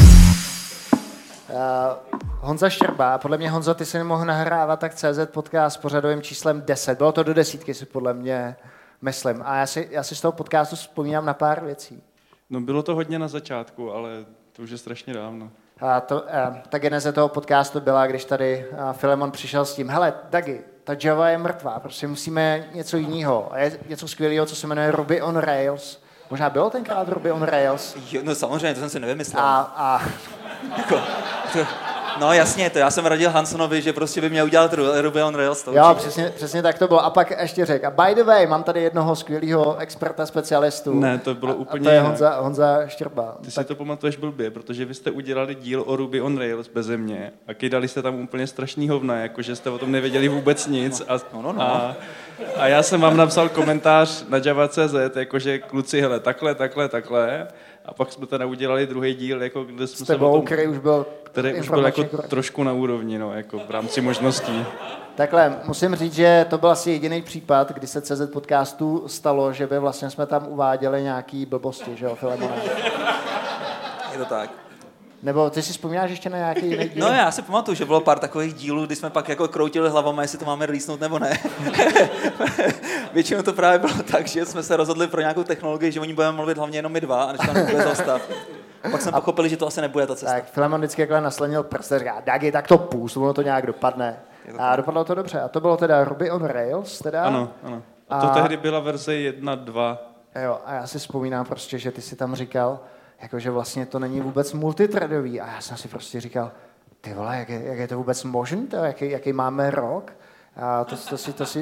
Uh, Honza Štěrba, podle mě Honzo, ty si nemohl nahrávat tak C Z podcast s pořadovým číslem deset. Bylo to do desítky, si podle mě myslím. A já si, já si z toho podcastu vzpomínám na pár věcí. No bylo to hodně na začátku, ale to už je strašně dávno. A to, uh, ta geneze toho podcastu byla, když tady uh, Filemon přišel s tím, hele, Dagi, ta Java je mrtvá, prostě musíme něco jiného. A je něco skvělého, co se jmenuje Ruby on Rails. Možná bylo tenkrát Ruby on Rails? Jo, no samozřejmě, to jsem si nevymyslel. A, a... Jako, to, no jasně, to já jsem radil Hansonovi, že prostě by měl udělat Ruby on Rails. To jo, přesně, přesně tak to bylo. A pak ještě řekl, a by the way, mám tady jednoho skvělého experta, specialistu. Ne, to bylo úplně a to je Honza, Honza Štěrba. Ty tak... si to pamatuješ blbě, protože vy jste udělali díl o Ruby on Rails beze mě a kydali jste tam úplně strašný hovna, jakože jste o tom nevěděli vůbec nic. A, no, no, no. a, a já jsem vám napsal komentář na Java tečka cé zet, jakože kluci, hele, takhle, takhle, takhle. A pak jsme teda udělali druhý díl, jako kde jsme s tebou, se o tom, který už byl, který už byl jako trošku na úrovni, no, jako v rámci možností. Takhle, musím říct, že to byl asi jediný případ, kdy se C Z podcastu stalo, že by vlastně jsme tam uváděli nějaký blbosti, že jo, Filemone? Je to tak. Nebo ty si vzpomínáš ještě na nějaký jiný díl? No já si pamatuju, že bylo pár takových dílů, kdy jsme pak jako kroutili hlavama, jestli to máme releasenout nebo ne. Většinou to právě bylo tak, že jsme se rozhodli pro nějakou technologii, že o ní budeme mluvit hlavně jenom my dva, a než tam nebude zastav. A pak jsme a pochopili, že to asi nebude ta cesta. Tak Filemon vždycky jakhle naslenil prst a říká, Dagi, tak to půjst, ono to nějak dopadne. To a dopadlo to dobře. A to bylo teda Ruby on Rails, teda? Ano, ano. A to a... tehdy byla verze jedna dva. Jo, a já si vzpomínám prostě, že ty si tam říkal, jakože vlastně to není vůbec multithreadový. A já jsem si prostě říkal, ty vole, jak je, jak je to vůbec možné, jaký, jaký máme rok? A to, to, si, to si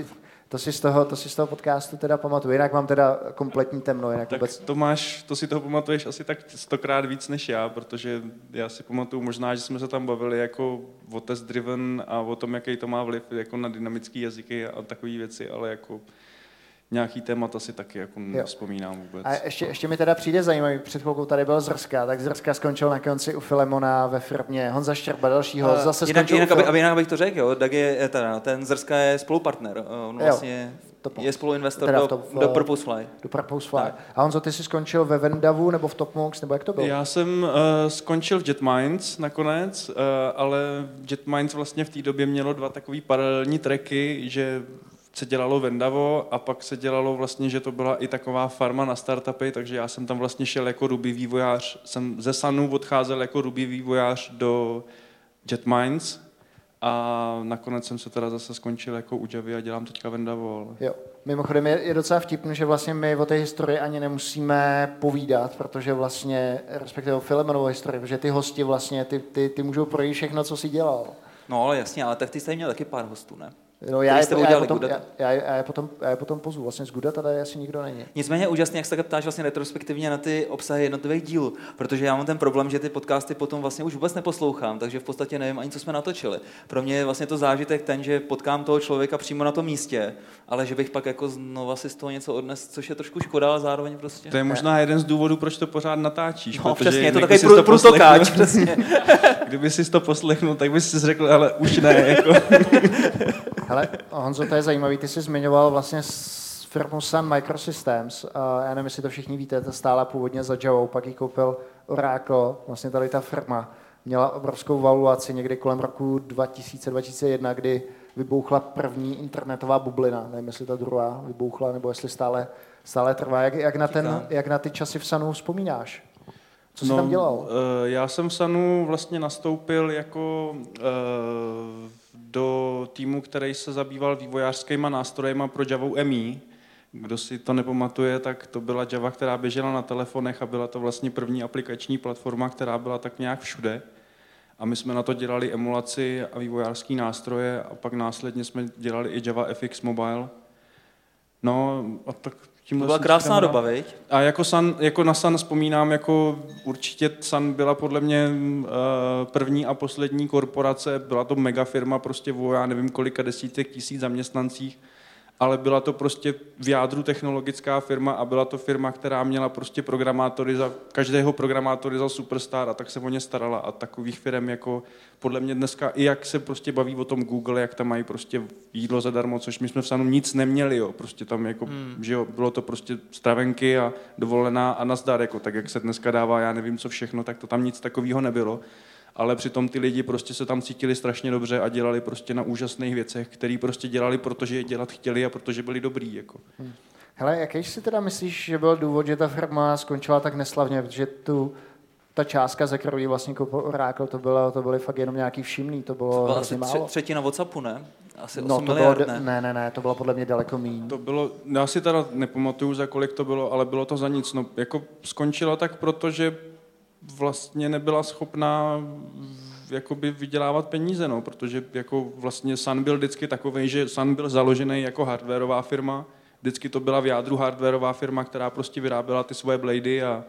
To si z toho, to si z toho podcastu teda pamatuju, jinak mám teda kompletní temno. Jinak tak vůbec... to máš, to si toho pamatuješ asi tak stokrát víc než já, protože já si pamatuju možná, že jsme se tam bavili jako o test driven a o tom, jaký to má vliv jako na dynamické jazyky a takové věci, ale jako nějaký témat asi taky jako nevzpomínám vůbec. A ještě, ještě mi teda přijde zajímavý, před chvilkou tady byl Zrska, tak Zrska skončil na konci u Filemona ve firmě, Honza Štěrba, dalšího, zase jinak, skončil jinak, u aby, aby, jinak abych to řekl, jo, tak je, teda, ten Zrska je spolupartner, on vlastně jo, je spoluinvestor do, top, do Purposefly. Do Purposefly. A Honzo, ty jsi skončil ve Vendavu nebo v Topmonks, nebo jak to bylo? Já jsem uh, skončil v Jetminds nakonec, uh, ale Jetminds vlastně v té době mělo dva takový paralelní tracky, že se dělalo Vendavo a pak se dělalo vlastně, že to byla i taková farma na startupy, takže já jsem tam vlastně šel jako Ruby vývojář, jsem ze Sunu odcházel jako Ruby vývojář do Jetminds a nakonec jsem se teda zase skončil jako u Javy a dělám teďka Vendavo. Ale... Jo. Mimochodem je, je docela vtipný, že vlastně my o té historii ani nemusíme povídat, protože vlastně, respektive o Filemonovou historii, protože ty hosti vlastně, ty, ty, ty můžou projít všechno, co jsi dělal. No ale jasně, ale tak ty jsi měl taky pár hostů, ne? No, já, je, já, je potom, já, já, já, je potom, já je potom pozvu. Vlastně z Guda tady asi nikdo není. Nicméně úžasně, jak se tak ptáš vlastně retrospektivně na ty obsahy jednotlivých dílů, protože já mám ten problém, že ty podcasty potom vlastně už vůbec neposlouchám, takže v podstatě nevím ani, co jsme natočili. Pro mě je vlastně to zážitek ten, že potkám toho člověka přímo na tom místě, ale že bych pak jako znova si z toho něco odnes, což je trošku škoda, ale zároveň prostě. To je možná jeden z důvodů, proč to pořád natáčíš. No přesně, je to takový prů, průtokáč, přesně. Kdyby jsi to poslechnul, tak bys si řekl, ale už ne, jako. Hele, Honzo, to je zajímavý, ty jsi zmiňoval vlastně s firmou Sun Microsystems, a já nevím, jestli to všichni víte, ta stála původně za Javou, pak ji koupil Oracle, vlastně tady ta firma měla obrovskou valuaci někdy kolem roku dva tisíce, dva tisíce jedna, kdy vybouchla první internetová bublina, nevím, jestli ta druhá vybouchla, nebo jestli stále, stále trvá. Jak, jak, na ten, jak na ty časy v Sunu vzpomínáš? Co jsi no, tam dělal? Já jsem v Sunu vlastně nastoupil jako uh, do týmu, který se zabýval vývojářskýma nástrojema pro Javu M E. Kdo si to nepamatuje, tak to byla Java, která běžela na telefonech a byla to vlastně první aplikační platforma, která byla tak nějak všude. A my jsme na to dělali emulaci a vývojářský nástroje a pak následně jsme dělali i Java F X Mobile. No a tak to byla krásná doba, viď? A jako, Sun, jako na Sun vzpomínám, jako určitě Sun byla podle mě uh, první a poslední korporace, byla to mega firma, prostě o já nevím kolika desítek tisíc zaměstnancích, ale byla to prostě v jádru technologická firma a byla to firma, která měla prostě programátory za, každého programátory za superstar a tak se o ně starala a takových firm jako podle mě dneska, i jak se prostě baví o tom Google, jak tam mají prostě jídlo zadarmo, což my jsme v Sunu nic neměli, jo, prostě tam jako, hmm. že jo, bylo to prostě stravenky a dovolená a nazdar, jako tak jak se dneska dává, já nevím co všechno, tak to tam nic takového nebylo. Ale přitom ty lidi prostě se tam cítili strašně dobře a dělali prostě na úžasných věcech, které prostě dělali, protože je dělat chtěli a protože byli dobrý. Jako. Hmm. Hele, jaký si teda myslíš, že byl důvod, že ta firma skončila tak neslavně, protože tu, ta částka, ze kterou vlastně koupil Oracle, to bylo, to byly fakt jenom nějaký všimný, to bylo, to bylo asi málo. třetina WhatsAppu, ne? Asi no, osm to miliard, bylo, ne? ne, ne, ne, to bylo podle mě daleko méně. To bylo, já si teda nepamatuju, za kolik to bylo, ale bylo to za nic. No, jako skončila tak, protože vlastně nebyla schopná jakoby vydělávat peníze, no, protože jako vlastně Sun byl vždycky takovej, že Sun byl založený jako hardwarová firma, vždycky to byla v jádru hardwarová firma, která prostě vyráběla ty svoje blady a,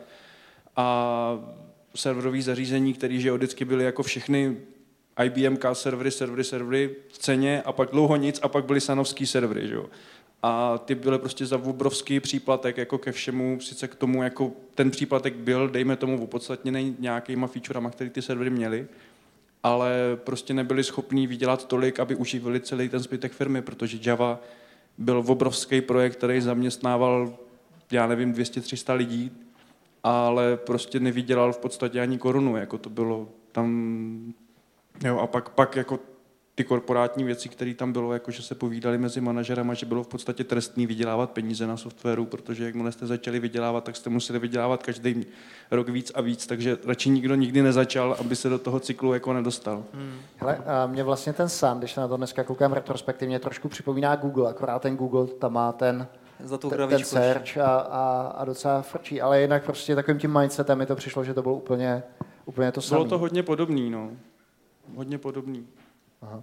a serverové zařízení, které že vždycky byly jako všechny I B M K servery, servery, servery v ceně a pak dlouho nic a pak byly sanovský servery, že jo. A ty byly prostě za obrovský příplatek jako ke všemu, sice k tomu, jako ten příplatek byl, dejme tomu, opodstatněný nějakýma featurama, které ty servery měly, ale prostě nebyli schopní vydělat tolik, aby uživili celý ten zbytek firmy, protože Java byl obrovský projekt, který zaměstnával, já nevím, dvě stě tři sta lidí, ale prostě nevydělal v podstatě ani korunu, jako to bylo tam, jo, a pak, pak jako ty korporátní věci, které tam bylo, jako že se povídali mezi manažerama, že bylo v podstatě trestný vydělávat peníze na softwaru, protože jakmile jste začali vydělávat, tak jste museli vydělávat každý rok víc a víc, takže radši nikdo nikdy nezačal, aby se do toho cyklu jako nedostal. Hmm. Hele, a mě vlastně ten Sun, když na to dneska koukám retrospektivně, trošku připomíná Google, akorát ten Google tam má ten, ten, ten search a, a, a docela frčí, ale jinak prostě takovým tím mindsetem mi to přišlo, že to bylo úplně, úplně to samé. Bylo to hodně podobný, no. Hodně podobný. Aha.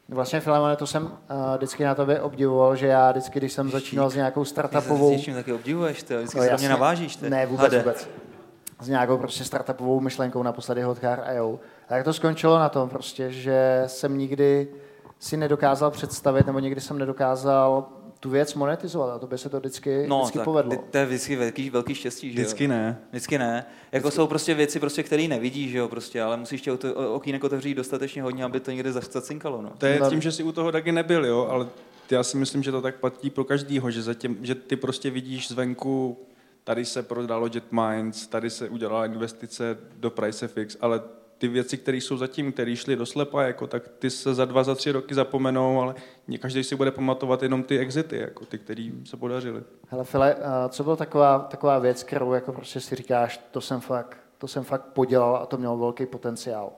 Vlastně, Filemone, to jsem uh, vždycky na tobě obdivoval, že já vždycky, když jsem začínal s nějakou startupovou... Ty se taky obdivuješ, ty, vždycky no, se do mě navážíš. Ty. Ne, vůbec, Hade. vůbec. S nějakou prostě startupovou myšlenkou, naposledy Hotcar tečka i o. A tak to skončilo na tom prostě, že jsem nikdy si nedokázal představit, nebo nikdy jsem nedokázal tu věc monetizovat, a to by se to vždycky, no, vždycky tak, povedlo. To je vždycky velký, velký štěstí, že Vždycky jo? ne. Vždycky ne. Jako vždycky. Jsou prostě věci, prostě, které nevidíš, že jo, prostě, ale musíš tě okýnek otevřít dostatečně hodně, aby to někde zacinkalo. No. To je tím, že jsi u toho taky nebyl, jo, ale já si myslím, že to tak platí pro každýho, že, zatím, že ty prostě vidíš zvenku, tady se prodalo JetMinds, tady se udělala investice do PriceFX, ale ty věci, které jsou zatím, které šly do slepa, jako, tak ty se za dva, za tři roky zapomenou, ale každý si bude pamatovat jenom ty exity, jako ty, které se podařily. Hele, File, co byla taková, taková věc, kterou jako prostě si říkáš, to jsem fakt, to jsem fakt podělal a to mělo velký potenciál.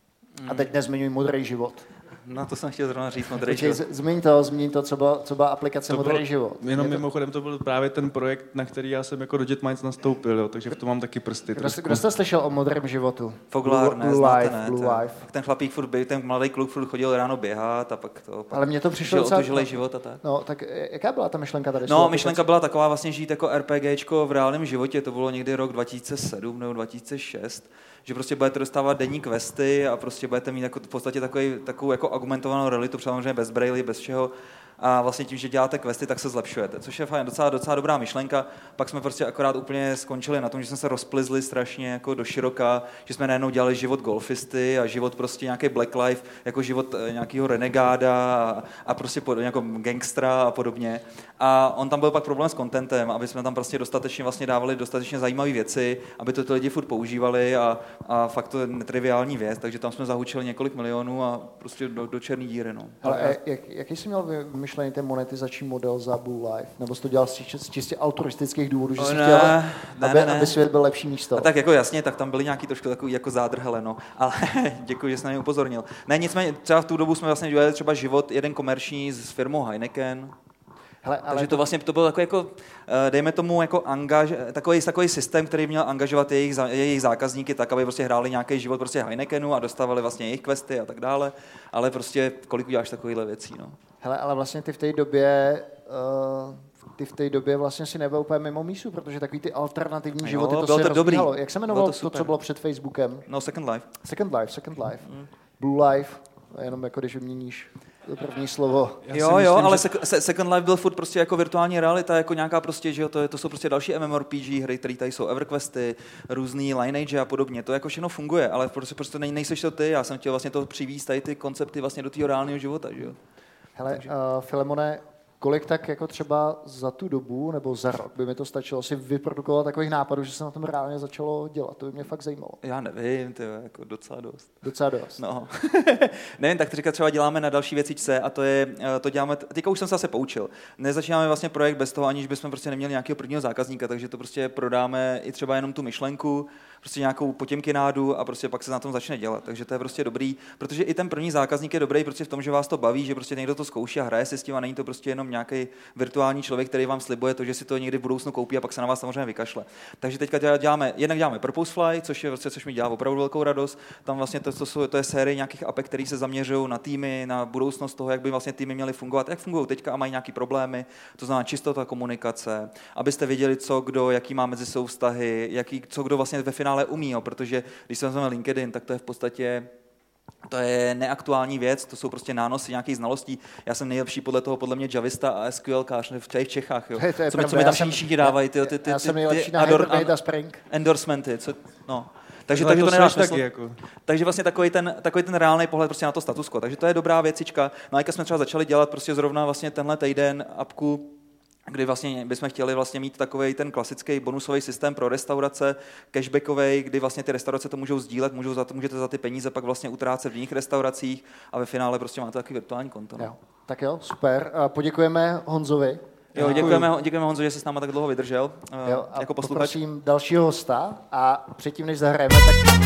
A teď nezmiňuji Modrý život. No to jsem chtěl zrovna říct, Modrý život. Zmíň to, zmíň to, co byla, co byla aplikace to Modrý byl, život. Jenom to... mimochodem to byl právě ten projekt, na který já jsem jako do JetMinds nastoupil, jo, takže v tom mám taky prsty. Kdo, kdo jste slyšel o Modrém životu? Foglár, ne, Blue znáte, Life, ne. Blue Ten, Life. ten chlapík furt byl, ten mladý kluk furt chodil ráno běhat a pak to... Pak ale mně to přišlo docela... Otužilej život a tak. No, tak jaká byla ta myšlenka tady? No, myšlenka byla taková vlastně žít jako RPGčko v reálném životě, to bylo někdy rok dva tisíce sedm nebo dva tisíce šest, že prostě budete dostávat denní questy a prostě budete mít jako v podstatě takový, takovou jako argumentovanou realitu, samozřejmě bez braille, bez čeho. A vlastně tím, že děláte questy, tak se zlepšujete, což je fajn, docela, docela dobrá myšlenka. Pak jsme prostě akorát úplně skončili na tom, že jsme se rozplizli strašně jako do široka, že jsme najednou dělali život golfisty a život prostě nějaký black life, jako život nějakého renegáda a, a prostě pod, jako gangstra a podobně. A on tam byl pak problém s contentem, aby jsme tam prostě dostatečně vlastně dávali dostatečně zajímavé věci, aby to ty lidi furt používali a, a fakt to je netriviální věc, takže tam jsme zahučili několik milionů a prostě do, do černé díry. No. Ale jak, jaký jsi měl vymyšlený ten monetizační model za Blue Life? Nebo jsi to dělal z čistě altruistických důvodů, že jsi ne, chtěl, ne, aby, ne, ne. aby svět byl lepší místo? A tak jako jasně, tak tam byly nějaký trošku takový jako zádrhele, no. Ale děkuji, že jsi na mě upozornil. Ne, nicméně třeba v tu dobu jsme vlastně dělali třeba život jeden komerční s firmou Heineken. Hele, ale takže to vlastně to byl takový jako, dejme tomu, jako angaž, takový, takový systém, který měl angažovat jejich, jejich zákazníky tak, aby prostě hráli nějaký život prostě Heinekenu a dostávali vlastně jejich questy a tak dále, ale prostě kolik uděláš takovýhle věcí, no. Hele, ale vlastně ty v té době, uh, ty v té době vlastně si nebyl úplně mimo mísu, protože takový ty alternativní jo, životy, to se to rozbíhalo. Jak se jmenovalo to, to, co bylo před Facebookem? No, Second Life. Second Life, Second Life. Mm. Blue Life, jenom jako když vyměníš to první slovo. Já jo, myslím, jo, ale že... Second Life byl furt prostě jako virtuální realita, jako nějaká prostě, že jo, to, je, to jsou prostě další MMORPG hry, které tady jsou, EverQuesty, různý Lineage a podobně, to jako všechno funguje, ale prostě, prostě nej, nejseš to ty, já jsem chtěl vlastně to přivízt tady ty koncepty vlastně do toho reálného života, že jo. Hele, Takže... uh, Filemone, kolik tak jako třeba za tu dobu nebo za rok by mi to stačilo si vyprodukovat takových nápadů, že se na tom reálně začalo dělat? To by mě fakt zajímalo. Já nevím, to je jako docela dost. Docela dost. No. Nevím, tak říkat třeba děláme na další věcičce a to je, to děláme, teďka už jsem se zase poučil. Nezačínáme vlastně projekt bez toho, aniž bychom prostě neměli nějakého prvního zákazníka, takže to prostě prodáme i třeba jenom tu myšlenku, prostě nějakou potěmkinádu a prostě pak se na tom začne dělat. Takže to je prostě dobrý, protože i ten první zákazník je dobrý prostě v tom, že vás to baví, že prostě někdo to zkouší a hraje si s tím a není to prostě jenom nějaký virtuální člověk, který vám slibuje to, že si to někdy v budoucnu koupí a pak se na vás samozřejmě vykašle. Takže teďka děláme, jednak děláme Purposefly, což je prostě, což mi dělá opravdu velkou radost. Tam vlastně to, to, jsou, to je série nějakých apek, které se zaměřují na týmy, na budoucnost toho, jak by vlastně týmy měly fungovat, jak fungují teďka a mají nějaký problémy. To znamená čistota komunikace, abyste věděli, co kdo, jaký má mezi sebou vztahy, jaký, co kdo vlastně ve finále umí, jo, protože když se vezmeme LinkedIn, tak to je v podstatě to je neaktuální věc, to jsou prostě nánosy nějakých znalostí. Já jsem nejlepší podle toho, podle mě javista a SQLkář v Čechách, jo. To je, to je co, mi, co mi tam všichni dávají, ty, ty, ty, já jsem nejlepší ty na Hibernate a Spring. Endorsementy, co, no. Takže, no, takže to, to nedá smysl. Jako. Takže vlastně takový ten, takový ten reálný pohled prostě na to status quo. Takže to je dobrá věcička. No a jak jsme třeba začali dělat prostě zrovna vlastně tenhle týden apku, kdy vlastně bychom chtěli vlastně mít takový ten klasický bonusový systém pro restaurace, cashbackový, kdy vlastně ty restaurace to můžou sdílet, můžou za to, můžete za ty peníze pak vlastně utrácet v jiných restauracích a ve finále prostě máte takový virtuální konto. No. Jo. Tak jo, super. Poděkujeme Honzovi. Jo, děkujeme, děkujeme Honzo, že jsi s náma tak dlouho vydržel jo, a jako posluchač. Poprosím dalšího hosta a předtím, než zahrajeme, tak...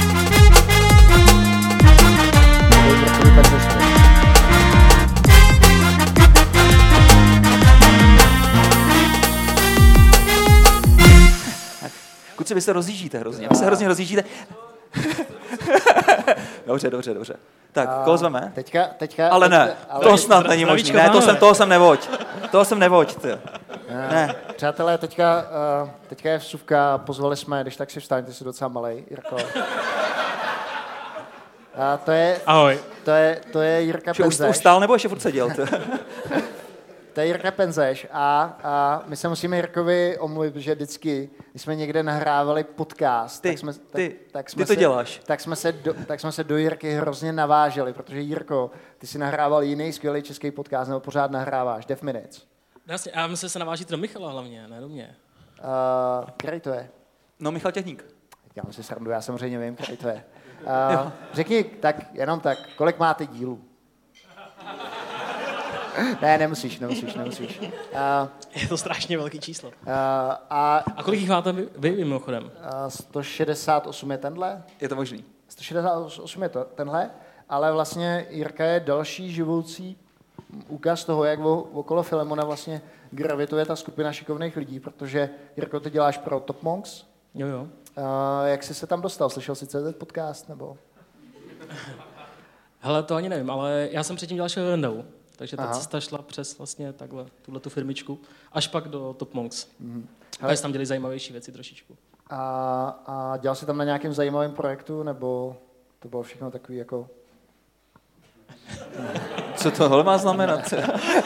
Kluci, vy se rozjíždíte hrozně, vy se hrozně rozjíždíte. Dobře, dobře, dobře. Tak, koho zveme? Teďka, teďka, ale ne, teďka, ale to snad není možný. Ne, to jsem, toho jsem nevoď. Toho jsem nevoď, ty. Ne. ne. Přátelé, teďka, uh, teďka je vsuvka, pozvali jsme, když tak si vstaň, ty jsi docela malej, Jirko. A to je, Ahoj. To je, to je Jirka že Penzeš. Už stál nebo ještě furt seděl? To je Jirka Penzeš a, a my se musíme Jirkovi omluvit, že vždycky, když jsme někde nahrávali podcast, ty, tak jsme, tak, ty, tak jsme ty to se, děláš. Tak jsme, se do, tak jsme se do Jirky hrozně naváželi, protože Jirko, ty si nahrával jiný skvělý český podcast, nebo pořád nahráváš, Dev Minutes. Jasně, a myslím, že se navážit do Michala hlavně, ne do mě. Uh, který to je? No, Michal Těhník. Já si srandu, já samozřejmě vím, který to je. Uh, řekni, tak, jenom tak, kolik máte dílů? Ne, nemusíš, nemusíš, nemusíš. Uh, je to strašně velký číslo. Uh, a, a kolik jich máte vy, vy mimochodem? Uh, sto šedesát osm je tenhle. Je to možný. sto šedesát osm je to, tenhle, ale vlastně Jirka je další živoucí úkaz toho, jak o, okolo Filemona vlastně gravituje ta skupina šikovných lidí, protože Jirko, ty děláš pro Top Monks. Jo, jo. Uh, jak jsi se tam dostal? Slyšel jsi C Z podcast, nebo? Hele, to ani nevím, ale já jsem předtím dělal ve Vendavu. Takže ta Aha. cesta šla přes vlastně takhle, tuhletu firmičku, až pak do Top Monks. Mm. Ale tam dělali zajímavější věci trošičku. A, a dělal jsi tam na nějakém zajímavém projektu, nebo to bylo všechno takový jako... Co tohle má znamenat?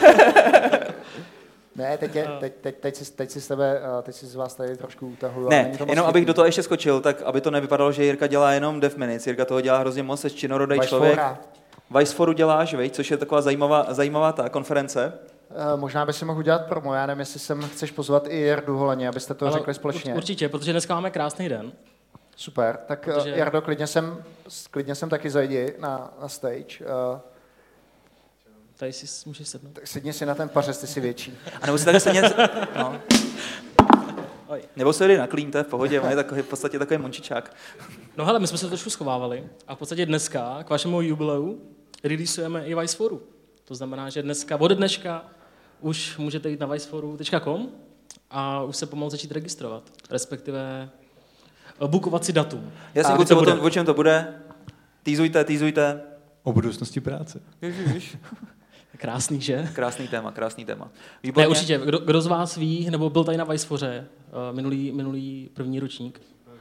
Ne, teď, je, teď, teď, teď, si, teď si z tebe, teď si z vás tady trošku utahuju. Ne, jenom abych do toho ještě skočil, tak aby to nevypadalo, že Jirka dělá jenom Dev Minutes. Jirka toho dělá hrozně moc, jsi činorodej člověk. Viceforu děláš, viď? Což je taková zajímavá, zajímavá ta konference. Uh, možná by si mohl udělat promo, já nevím, jestli sem chceš pozvat i Jardu Holeně, abyste to Ale řekli společně. Určitě, protože dneska máme krásný den. Super, tak protože... uh, Jardo, klidně sem, klidně sem taky zajdi na, na stage. Uh, Tady si můžeš sednout. Tak sedni si na ten pařez, ty si větší. A nebo si takhle sedět... No. Nebo se jde na klín, to je v pohodě, on je takový, v podstatě takový mončičák. No hele, my jsme se trošku schovávali a v podstatě dneska k vašemu jubileu releaseujeme i Viceforu. To znamená, že dneska, od dneška už můžete jít na viceforu tečka com a už se pomalu začít registrovat, respektive bookovat si datum. Jasně, kluci, o, tom, o čem to bude? Týzujte, týzujte. O budoucnosti práce. Ježiš. Krásný, že? Krásný téma, krásný téma. Výborně. Ne, určitě. Kdo, kdo z vás ví, nebo byl tady na Vicefoře minulý, minulý první ročník?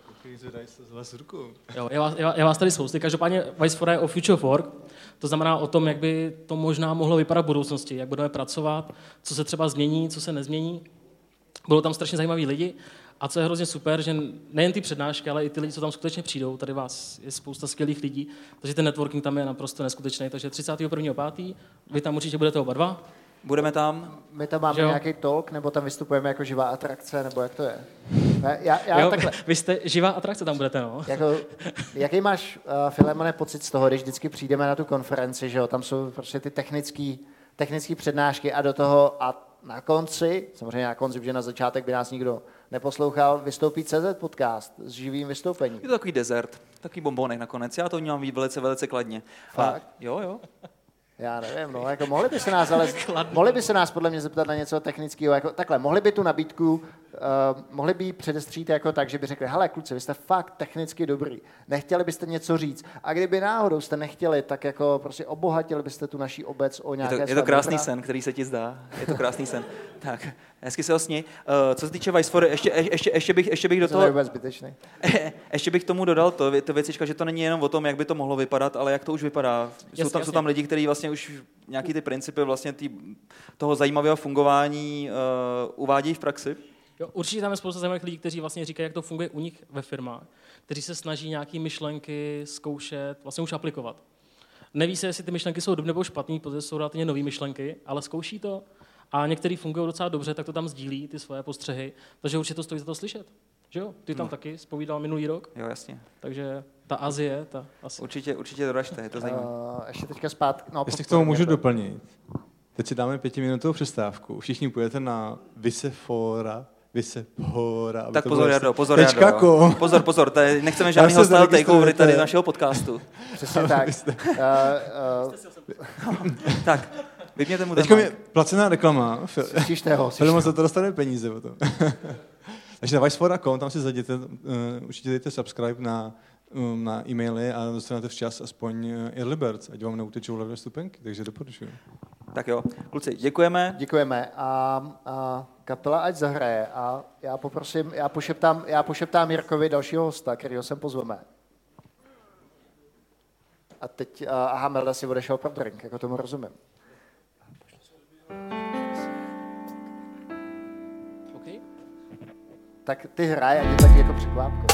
Jo, je, vás, je vás tady spousty. Každopádně Vicefora je o Future of Work. To znamená o tom, jak by to možná mohlo vypadat v budoucnosti, jak budeme pracovat, co se třeba změní, co se nezmění. Bylo tam strašně zajímaví lidi a co je hrozně super, že nejen ty přednášky, ale i ty lidi, co tam skutečně přijdou, tady vás je spousta skvělých lidí, takže ten networking tam je naprosto neskutečný. Takže třicátého prvního pátého vy tam určitě budete oba dva. Budeme tam. My tam máme nějaký talk, nebo tam vystupujeme jako živá atrakce, nebo jak to je? Já, já jo, takhle. Vy jste živá atrakce, tam budete, no. Jako, jaký máš, uh, Filemone, pocit z toho, když vždycky přijdeme na tu konferenci, že jo, tam jsou prostě ty technické technické přednášky a do toho a na konci, samozřejmě na konci, protože na začátek by nás nikdo neposlouchal, vystoupí C Z podcast s živým vystoupením. Je to takový desert, takový bombonek nakonec, já to vnímám velice, velice kladně. Fakt? A, jo, jo. Já nevím, no, jako mohli by se nás, ale mohli by se nás podle mě zeptat na něco technického, jako takhle, mohli by tu nabídku, uh, mohli by ji předestřít jako tak, že by řekli, hele kluci, vy jste fakt technicky dobrý, nechtěli byste něco říct a kdyby náhodou jste nechtěli, tak jako prostě obohatili byste tu naší obec o nějaké Je to, je to krásný sen, který se ti zdá, je to krásný sen. Tak, hezky se osni. Uh, co se týče Vicefory, ještě, ještě, ještě, bych, ještě bych do toho... To je zbytečný. Ještě bych tomu dodal to, to věcička, že to není jenom o tom, jak by to mohlo vypadat, ale jak to už vypadá. Jsou jasně, tam, jasně. jsou tam lidi, kteří vlastně už nějaký ty principy vlastně tý, toho zajímavého fungování uh, uvádějí v praxi. Jo, určitě tam je spousta zajímavých lidí, kteří vlastně říkají, jak to funguje u nich ve firmách, kteří se snaží nějaké myšlenky zkoušet, vlastně už aplikovat. Neví se, jestli ty myšlenky jsou dobré nebo špatné, protože jsou relativně nové myšlenky, ale zkouší to a některý fungují docela dobře, tak to tam sdílí, ty svoje postřehy, takže určitě to stojí za to slyšet. Že jo? Ty tam no. taky zpovídal minulý rok. Jo, jasně. Takže ta Azie, ta asi. Určitě, určitě doražte, je to zajímavé. Uh, ještě teďka zpátky. No, Jestli k tomu můžu doplnit. Teď si dáme pětiminutovou přestávku. Všichni půjdete na Vicefora, Vicefora. Tak pozor, Jardo, pozor, Jardo. Pozor, pozor, tady nechceme žádný hostile takeovery tady z našeho podcastu. Přesně tak. uh, uh, tak, vypněte mu ten Teďko je placená reklama. Slyšte ho. Filmu se to dostane peníze potom. Takže na vicefora tečka com, tam si zajděte, uh, určitě dejte subscribe na um, na e-maily a dostanete včas aspoň early birds, ať vám neutečou levné stupenky, takže doporučuji. Tak jo, kluci, děkujeme. Děkujeme a, a kapela ať zahraje a já poprosím, já pošeptám, já pošeptám Jirkovi dalšího hosta, kterýho sem pozveme. A teď, aha, Melda si odešel pro drink, jako tomu rozumím. Okay. Tak ty hraj, ať je taky jako překvápko.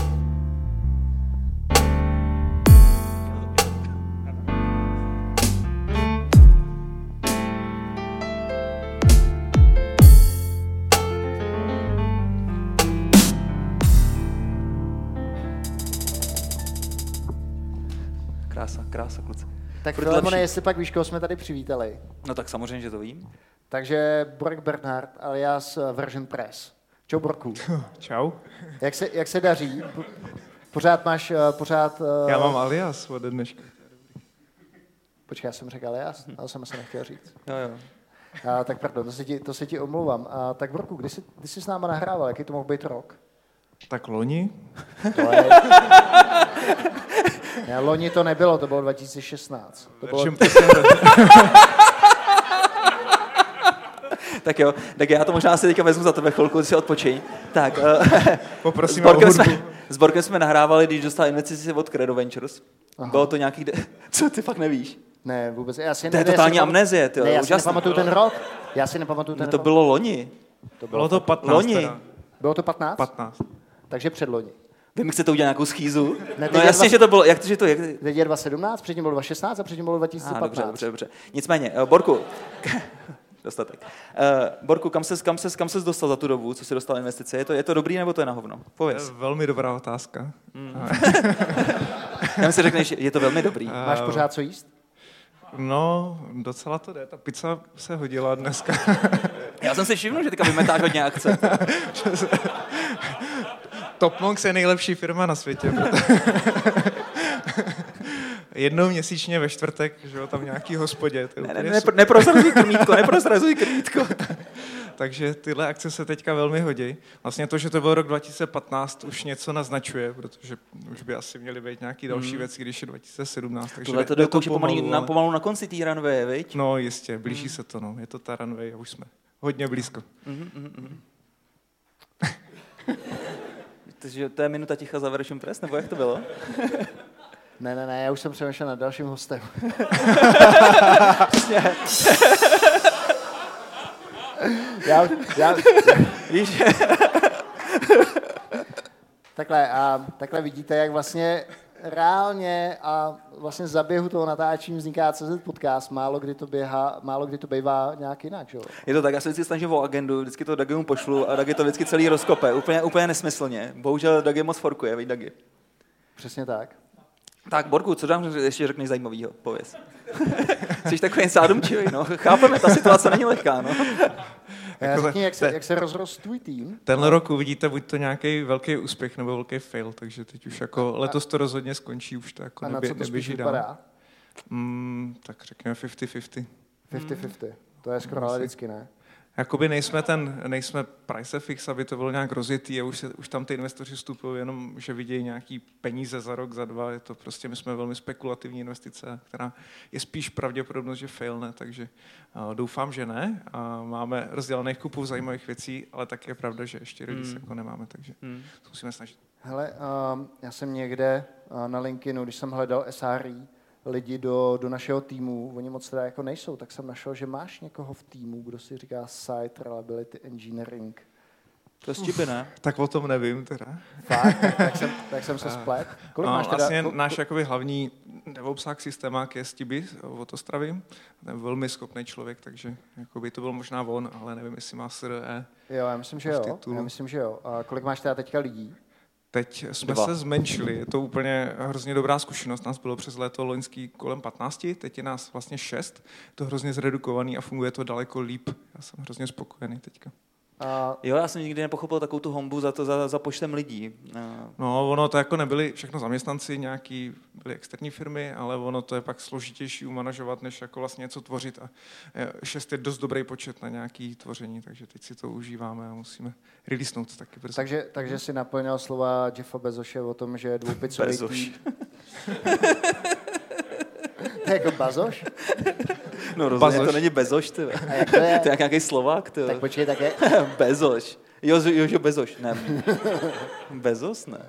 Krása, krása, kluci. Tak Filemone, jestli pak víš, koho jsme tady přivítali. No tak samozřejmě, že to vím. Takže Borek Bernhard alias Version Press. Čau, Borku. Čau. Jak se, jak se daří? Pořád máš, pořád... Já mám alias ode dneška. Počkej, já jsem řekl alias, ale jsem se nechtěl říct. Jo, jo. A, tak pardon, to se ti, to se ti omlouvám. A, tak Borku, kdy jsi, kdy jsi s náma nahrával? Jaký to mohl být rok? Tak loni. To je... Ne, loni to nebylo, to bylo dva tisíce šestnáct. To bylo... Tak jo, tak já to možná si teďka vezmu za tebe chvilku, si odpočiň. Tak, poprosím s Borkem, jsme, s Borkem jsme nahrávali, když dostal investici od Credo Ventures. Aha. Bylo to nějaký... De... Co, ty fakt nevíš? Ne, vůbec. Já si to je totální pam... amnézie, ty. Ne, já si nepamatuju ten rok. Já si nepamatuju ten no, to rok. bylo loni. To bylo, bylo to patnáct. Loni. Teda. Bylo to patnáct? patnáct. Takže předloni. Vy mi chcete udělat nějakou schýzu? Ne, no jasně, dva... že to bylo, jak to, že to je? Teď je dva tisíce sedmnáct, předtím bylo dva tisíce šestnáct a předtím bylo dva tisíce patnáct. Ah, dobře, dobře, dobře. Nicméně, Borku, dostatek. Uh, Borku, kam ses, kam, ses, kam ses dostal za tu dobu, co jsi dostal investice? Je to, je to dobrý, nebo to je na hovno? Pověz. Velmi dobrá otázka. Mm. Já mi si řekneš, je to velmi dobrý. Uh, Máš pořád co jíst? No, docela to jde. Ta pizza se hodila dneska. Já jsem si všiml, že teďka vymetáš hodně akce. Topmonks je nejlepší firma na světě. Jednou měsíčně ve čtvrtek, že jo, tam v nějaký hospodě. To ne, ne, ne, neprozrazuj krmítko, neprozrazuj krmítko. Takže tyhle akce se teďka velmi hodí. Vlastně to, že to byl rok dva tisíce patnáct, už něco naznačuje, protože už by asi měly být nějaký další hmm. věci, když je dva tisíce sedmnáct. Takže tohle to jde už pomalu, na, pomalu na konci té runway, viď? No jistě, blíží hmm. se to, no. Je to ta runway a už jsme hodně blízko. Mm, mm, mm. Takže to je minuta ticha za Version Press, nebo jak to bylo? Ne, ne, ne, já už jsem přemýšlel nad dalším hostem. já, já, víš, takhle, a takhle vidíte, jak vlastně reálně a vlastně za běhu toho natáčení vzniká C Z podcast, málo kdy to běhá, málo kdy to bývá nějak jinak, že jo? Je to tak, já se vždycky snažím o agendu, vždycky to Dagimu pošlu a Dagi to vždycky celý rozkope, úplně, úplně nesmyslně. Bohužel Dagi moc forkuje, víš Dagi. Přesně tak. Tak, Borku, co tam ještě řekneš zajímavýho, pověz. Jsi takový sádumčivý, no. Chápeme, ta situace není lehká, no. Já řekni, jak se, jak se rozrost tvůj tým? Tenhle rok uvidíte buď to nějaký velký úspěch nebo velký fail, takže teď už jako letos to rozhodně skončí, už to jako nebě, neběží dál. Mm, tak řekněme padesát padesát. padesát padesát, to je skoro ale vždycky, ne? Jakoby nejsme ten, nejsme price fix, aby to bylo nějak rozjetý a už, se, už tam ty investoři vstupují jenom, že vidějí nějaký peníze za rok, za dva, je to prostě, my jsme velmi spekulativní investice, která je spíš pravděpodobnost, že failne, takže uh, doufám, že ne. A máme rozdělaných kupů zajímavých věcí, ale tak je pravda, že ještě release hmm. jako nemáme, takže hmm. musíme snažit. Hele, um, já jsem někde uh, na LinkedInu, když jsem hledal S R I, lidi do, do našeho týmu, oni moc teda jako nejsou, tak jsem našel, že máš někoho v týmu, kdo si říká Site Reliability Engineering. To je Stibby, ne? Tak o tom nevím teda. Fakt? Tak, tak, jsem, tak jsem se splet. Kolik no, máš teda? Vlastně náš jakoby hlavní DevOpsák systémák je Stibby od Ostravy. Ten je velmi schopný člověk, takže jakoby to byl možná on, ale nevím, jestli má S R E. Jo, já myslím, že jo. Já myslím, že jo. A kolik máš teda teďka lidí? Teď jsme Dva. se zmenšili, je to úplně hrozně dobrá zkušenost, nás bylo přes léto loňský kolem patnácti, teď je nás vlastně šest, je to hrozně zredukovaný a funguje to daleko líp, já jsem hrozně spokojený teďka. A... Jo, já jsem nikdy nepochopil takovou tu honbu za to, za, za počtem lidí. No, ono to jako nebyli všechno zaměstnanci, nějaký byly externí firmy, ale ono to je pak složitější umanažovat, než jako vlastně něco tvořit. A šest je dost dobrý počet na nějaký tvoření, takže teď si to užíváme a musíme releasenout taky. Prostě. Takže, takže si naplnil slova Jeffa Bezoše o tom, že dvoupicový tým... To je jako Bazoš? No rozhodně, to není Bezoš, ty. A jak to je? To je jak nějaký Slovák, ty. Tak počkej, tak je... Bezoš. Jo, Jožo Bezoš, ne. Bezos, ne.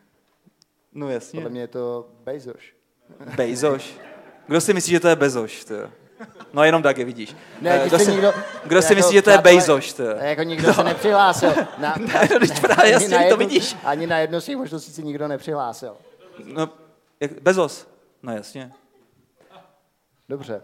No jasně. Podle mě je to Bezoš. Bezoš. Kdo si myslí, že to je Bezoš, ty? No jenom tak je vidíš. Ne, kdo si, nikdo, kdo si jako, myslí, že to je Bezoš, ty? Jako nikdo no. se nepřihlásil. Na, ne, no, když právě jasně, jednu, to vidíš. Ani na jedno z těch možností si nikdo nepřihlásil. No, jak, Bezos. No jasně. Dobře.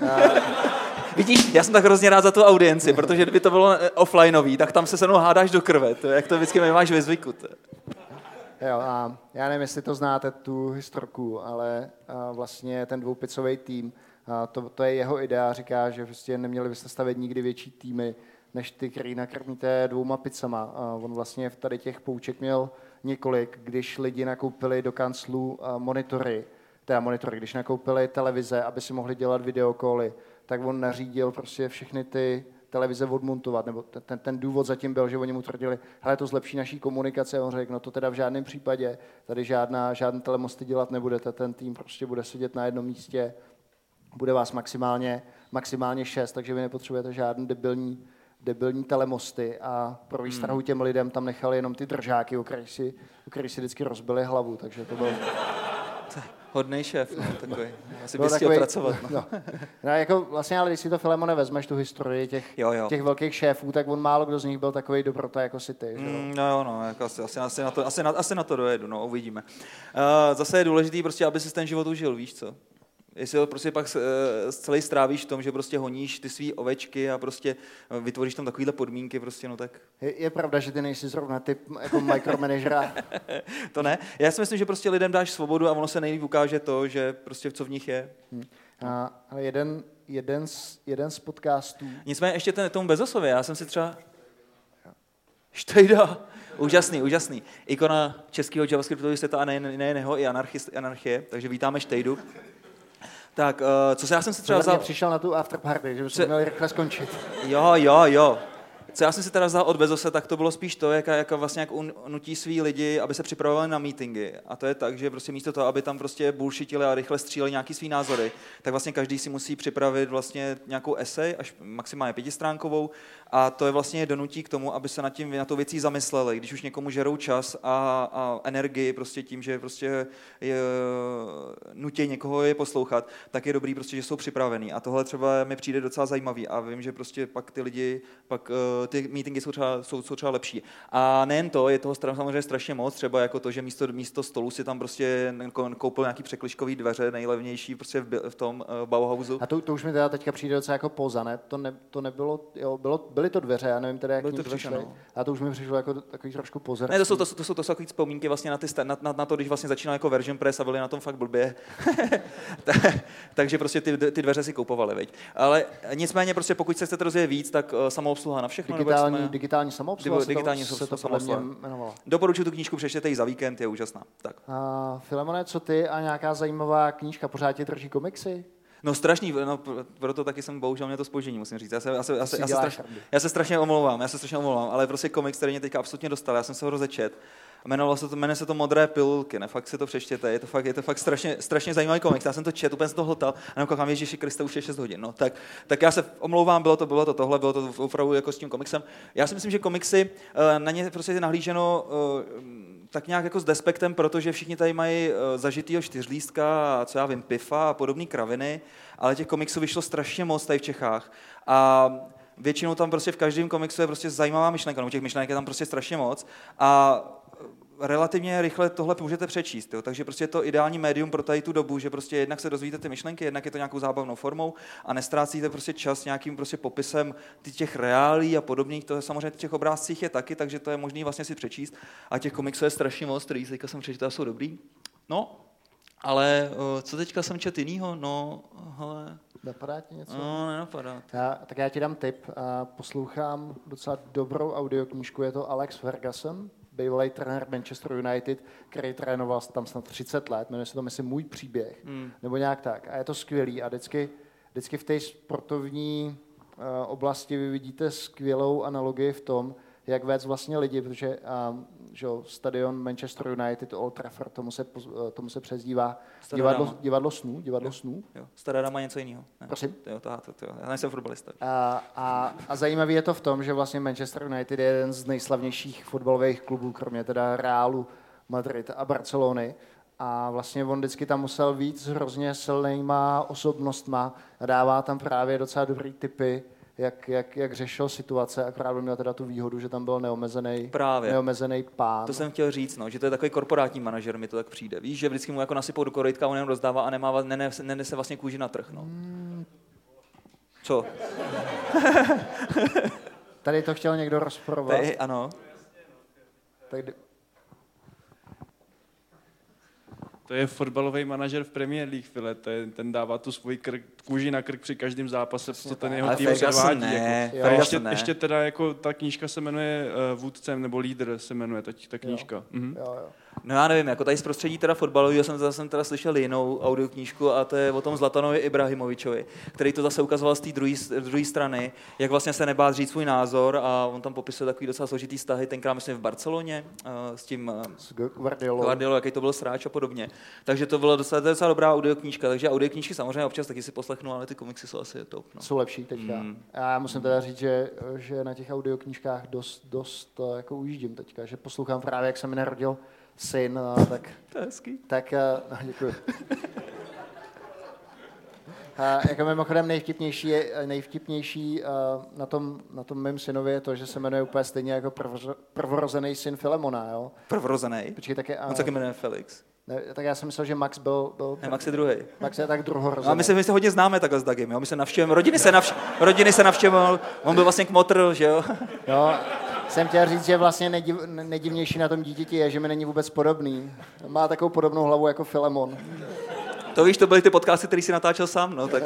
Vidíš, já jsem tak hrozně rád za tu audienci, protože kdyby to bylo offlineový, tak tam se se mnou hádáš do krve, to, jak to vždycky máš ve zvyku. To. Jo, a já nevím, jestli to znáte, tu historku, ale vlastně ten dvoupicový tým, to, to je jeho idea, říká, že prostě neměli byste stavět nikdy větší týmy, než ty, který nakrmíte dvouma pizzama. A on vlastně v tady těch pouček měl několik, když lidi nakoupili do kanclu monitory, teda monitory, když nakoupili televize, aby si mohli dělat videokoly, tak on nařídil prostě všechny ty televize odmontovat, nebo ten, ten důvod zatím byl, že oni mu tvrdili, hele, to zlepší naší komunikaci, a on řekl, no to teda v žádném případě, tady žádná, žádné telemosty dělat nebudete, ten tým prostě bude sedět na jednom místě, bude vás maximálně, maximálně šest, takže vy nepotřebujete žádný debilní, debilní telemosty a pro výstrahu těm lidem tam nechali jenom ty držáky, o kterých si, o kterých si vždycky rozbili hlavu, takže to byl... Hodnej šéf, no, takový. Asi bys chtěl pracovat. No. No. No, jako vlastně, ale když si to, Filemone, vezmeš tu historii těch, jo, jo. těch velkých šéfů, tak on málo kdo z nich byl takový dobrota jako si ty. Že? Mm, no jo, no, jako asi, asi, asi, na to, asi, na, asi na to dojedu, no, uvidíme. Uh, zase je důležitý prostě, aby si ten život užil, víš co? Jestli ho prostě pak uh, celý strávíš v tom, že prostě honíš ty svý ovečky a prostě vytvoříš tam takovýhle podmínky, prostě, no tak... Je, je pravda, že ty nejsi zrovna typ jako micromanagera? To ne. Já si myslím, že prostě lidem dáš svobodu a ono se nejlíp ukáže to, že prostě co v nich je. Hmm. A, ale jeden, jeden, z, jeden z podcastů... Nicméně ještě ten, tomu Bezosovi, já jsem si třeba... Štejda! Úžasný, úžasný. Ikona českého javascriptového světa a nejen ne, ne, i anarchie, takže vítáme Štejdu. Tak, uh, co se já jsem si třeba vzal... přišel na tu afterparty, že bychom měli rychle skončit. Jo, jo, jo. Co já jsem si teda vzal od Bezose, tak to bylo spíš to, jak, jak vlastně jak nutí svý lidi, aby se připravovali na meetingy. A to je tak, že prostě místo toho, aby tam prostě bullshitili a rychle stříleli nějaký svý názory, tak vlastně každý si musí připravit vlastně nějakou esej, až maximálně pětistránkovou, a to je vlastně donutí k tomu, aby se nad tím, na tou věcí zamysleli. Když už někomu žerou čas a, a energii prostě tím, že prostě je, nutí někoho je poslouchat, tak je dobrý prostě, že jsou připravený. A tohle třeba mi přijde docela zajímavý a vím, že prostě pak ty lidi, pak ty meetingy jsou třeba, jsou, jsou třeba lepší. A nejen to, je toho samozřejmě strašně moc, třeba jako to, že místo, místo stolu si tam prostě koupil nějaký překližkový dveře, nejlevnější prostě v, v tom uh, Bauhausu. A to, to už mi teda teďka přijde docela jako poza, ne? To, ne, to nebylo, jo, bylo, byly to dveře, já nevím teda, jak ní přišly. No. A to už mi přišlo jako takový trošku pozor. Ne, to jsou, to, to jsou, to jsou takový vzpomínky vlastně na, ty, na, na, na to, když vlastně začínal jako version press a byli na tom fakt blbě. Takže prostě ty, ty dveře si koupovali, veď. Ale nicméně prostě pokud se chcete rozvíjet víc, tak uh, samoobsluha na všechno. Digitální, jsme, digitální samoobsluha digitální se to, se to podle mě jmenovalo. Doporučuji tu knížku, přečtěte ji za víkend, je úžasná. Tak. A Filemone, co ty a nějaká zajímavá knížka, pořád tě drží komiksy? No strašný, no, proto taky jsem bohužel měl to zpoždění, musím říct. Já se, já se, já se, já se, straš, já se strašně omlouvám, já se strašně omlouvám, ale prostě komiks, který mě teďka absolutně dostal, já jsem se ho rozečet. Jmenovalo se to, jmenuje se to Modré pilulky, ne, fakt si to přečtěte, je to fakt, je to fakt strašně, strašně zajímavý komiks. Já jsem to čet, úplně jsem to hltal a jenom koukám, Ježíši Kriste, už je šest hodin. No, tak, tak já se omlouvám, bylo to, bylo to tohle, bylo to opravdu jako s tím komiksem. Já si myslím, že komiksy, na ně prostě je nahlíženo tak nějak jako s despektem, protože všichni tady mají zažitýho čtyřlístka a co já vím, Pifa a podobné kraviny, ale těch komiksů vyšlo strašně moc tady v Čechách. A většinou tam prostě v každém komiksu je prostě zajímavá myšlenka, no těch myšlenek je tam prostě strašně moc a relativně rychle tohle můžete přečíst, jo? Takže prostě je to ideální médium pro tady tu dobu, že prostě jednak se dozvíte ty myšlenky, jednak je to nějakou zábavnou formou a nestrácíte prostě čas nějakým prostě popisem těch reálí a podobných, to je samozřejmě v těch obrázcích je taky, takže to je možné vlastně si přečíst a těch komiksů je strašně moc, který teďka jsem přečítal, jsou dobrý. No Ale uh, co teďka jsem čet jinýho? No, hele... Napadá ti něco? No, nenapadá. Já, tak já ti dám tip. A poslouchám docela dobrou audioknížku, je to Alex Ferguson, bývalý trenér Manchester United, který trénoval tam snad třicet let, jmenuje se to, myslím, Můj příběh, hmm. nebo nějak tak. A je to skvělý a vždycky, vždycky v té sportovní uh, oblasti vy vidíte skvělou analogii v tom, jak vést vlastně lidi, protože um, že stadion Manchester United, Old Trafford, tomu se, tomu se přezdívá divadlo, divadlo snů. Divadlo jo, snů. Jo. Stará dáma něco jiného. Ne. Prosím? Jo, to, to, to, já nejsem fotbalista. A, a, a zajímavý je to v tom, že vlastně Manchester United je jeden z nejslavnějších fotbalových klubů, kromě teda Realu, Madrid a Barcelony. A vlastně on vždycky tam musel víc s hrozně silnýma osobnostma a dává tam právě docela dobrý tipy, jak, jak, jak řešil situace, akorát by měl teda tu výhodu, že tam byl neomezený, neomezený pán. To jsem chtěl říct, no, že to je takový korporátní manažer, mi to tak přijde. Víš, že vždycky mu jako nasypou do korejtka, on jenom rozdává a nemá, nenese, nenese vlastně kůži na trh. No. Hmm. Co? Tady to chtěl někdo rozporovat. Tady, ano. Tak To je fotbalový manažer v Premier League, File. To je, ten dává tu svoji krk, kůži na krk při každém zápase, co ten jeho tým předvádí. Ne, jako. ještě, ještě teda jako ta knížka se jmenuje uh, Vůdcem, nebo Lídr se jmenuje ta, ta knížka. Jo. Mhm. Jo, jo. No já nevím, jako tady z prostředí teda fotbalového jsem, jsem teda slyšel jinou audioknížku a to je o tom Zlatanovi Ibrahimovičovi, který to zase ukazoval z té druhé strany, jak vlastně se nebát říct svůj názor a on tam popisuje takový docela složitý vztahy, tenkrát myslím v Barceloně uh, s tím uh, Guardiolou, Guardiolou, jaký to byl sráč a podobně. Takže to byla docela, docela dobrá audioknížka, takže audioknížky samozřejmě občas taky si poslechnu, ale ty komiksy jsou asi top. No. Jsou lepší teďka. Hmm. Já musím teda říct, že, že na těch audioknížkách dost, dost jako ujíždím teďka, že poslouchám právě, jak se mi narodil syn, tak... To je hezký. Tak, no, děkuji. A jako mimochodem nejvtipnější, je, nejvtipnější na tom, na tom mém synovi je to, že se jmenuje úplně stejně jako prvoro, prvorozený syn Filemona, jo? Prvorozený? Počkej, tak je... On se taky jmenuje Felix. Ne, tak já jsem myslel, že Max byl... byl ne, Max je druhý. Max je tak druhorozený. No, my se, my se hodně známe takhle s Dagim, jo? My se navštěvujeme, rodiny se, navš, rodiny se navštěvoval, on byl vlastně kmotr, že jo? Jo, jsem chtěl říct, že vlastně nediv, nedivnější na tom dítěti je, že mi není vůbec podobný. Má takovou podobnou hlavu jako Filemon. To víš, to byly ty podcasty, který si natáčel sám, no, tak...